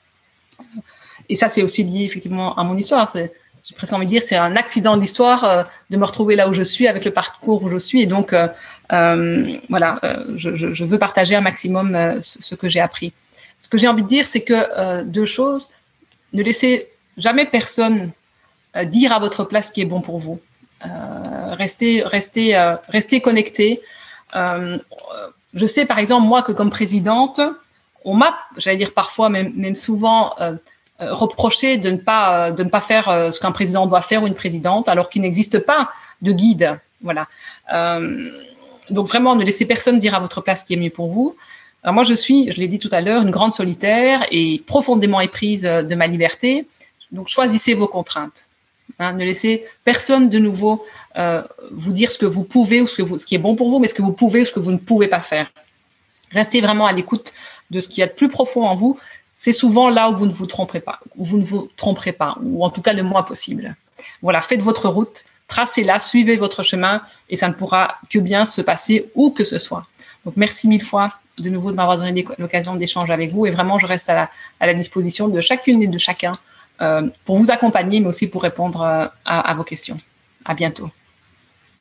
Speaker 2: Et ça, c'est aussi lié effectivement à mon histoire. C'est, j'ai presque envie de dire, c'est un accident de l'histoire euh, de me retrouver là où je suis avec le parcours où je suis. Et donc, euh, euh, voilà, euh, je, je, je veux partager un maximum euh, ce, ce que j'ai appris. Ce que j'ai envie de dire, c'est que euh, deux choses. Ne laissez jamais personne euh, dire à votre place ce qui est bon pour vous. Euh, restez, restez, euh, restez connectés. Euh, je sais, par exemple, moi, que comme présidente, on m'a, j'allais dire parfois, même, même souvent, euh, reproché de ne pas de ne pas faire ce qu'un président doit faire ou une présidente, alors qu'il n'existe pas de guide. Voilà. Euh, donc vraiment, ne laissez personne dire à votre place ce qui est mieux pour vous. Alors moi, je suis, je l'ai dit tout à l'heure, une grande solitaire et profondément éprise de ma liberté. Donc choisissez vos contraintes. Hein, ne laissez personne de nouveau euh, vous dire ce que vous pouvez ou ce que vous, ce qui est bon pour vous, mais ce que vous pouvez ou ce que vous ne pouvez pas faire. Restez vraiment à l'écoute de ce qu'il y a de plus profond en vous. C'est souvent là où vous ne vous tromperez pas, où vous ne vous tromperez pas, ou en tout cas le moins possible. Voilà, faites votre route, tracez-la, suivez votre chemin, et ça ne pourra que bien se passer où que ce soit. Donc, merci mille fois de nouveau de m'avoir donné l'occasion d'échanger avec vous, et vraiment, je reste à la, à la disposition de chacune et de chacun euh, pour vous accompagner, mais aussi pour répondre euh, à, à vos questions. À bientôt.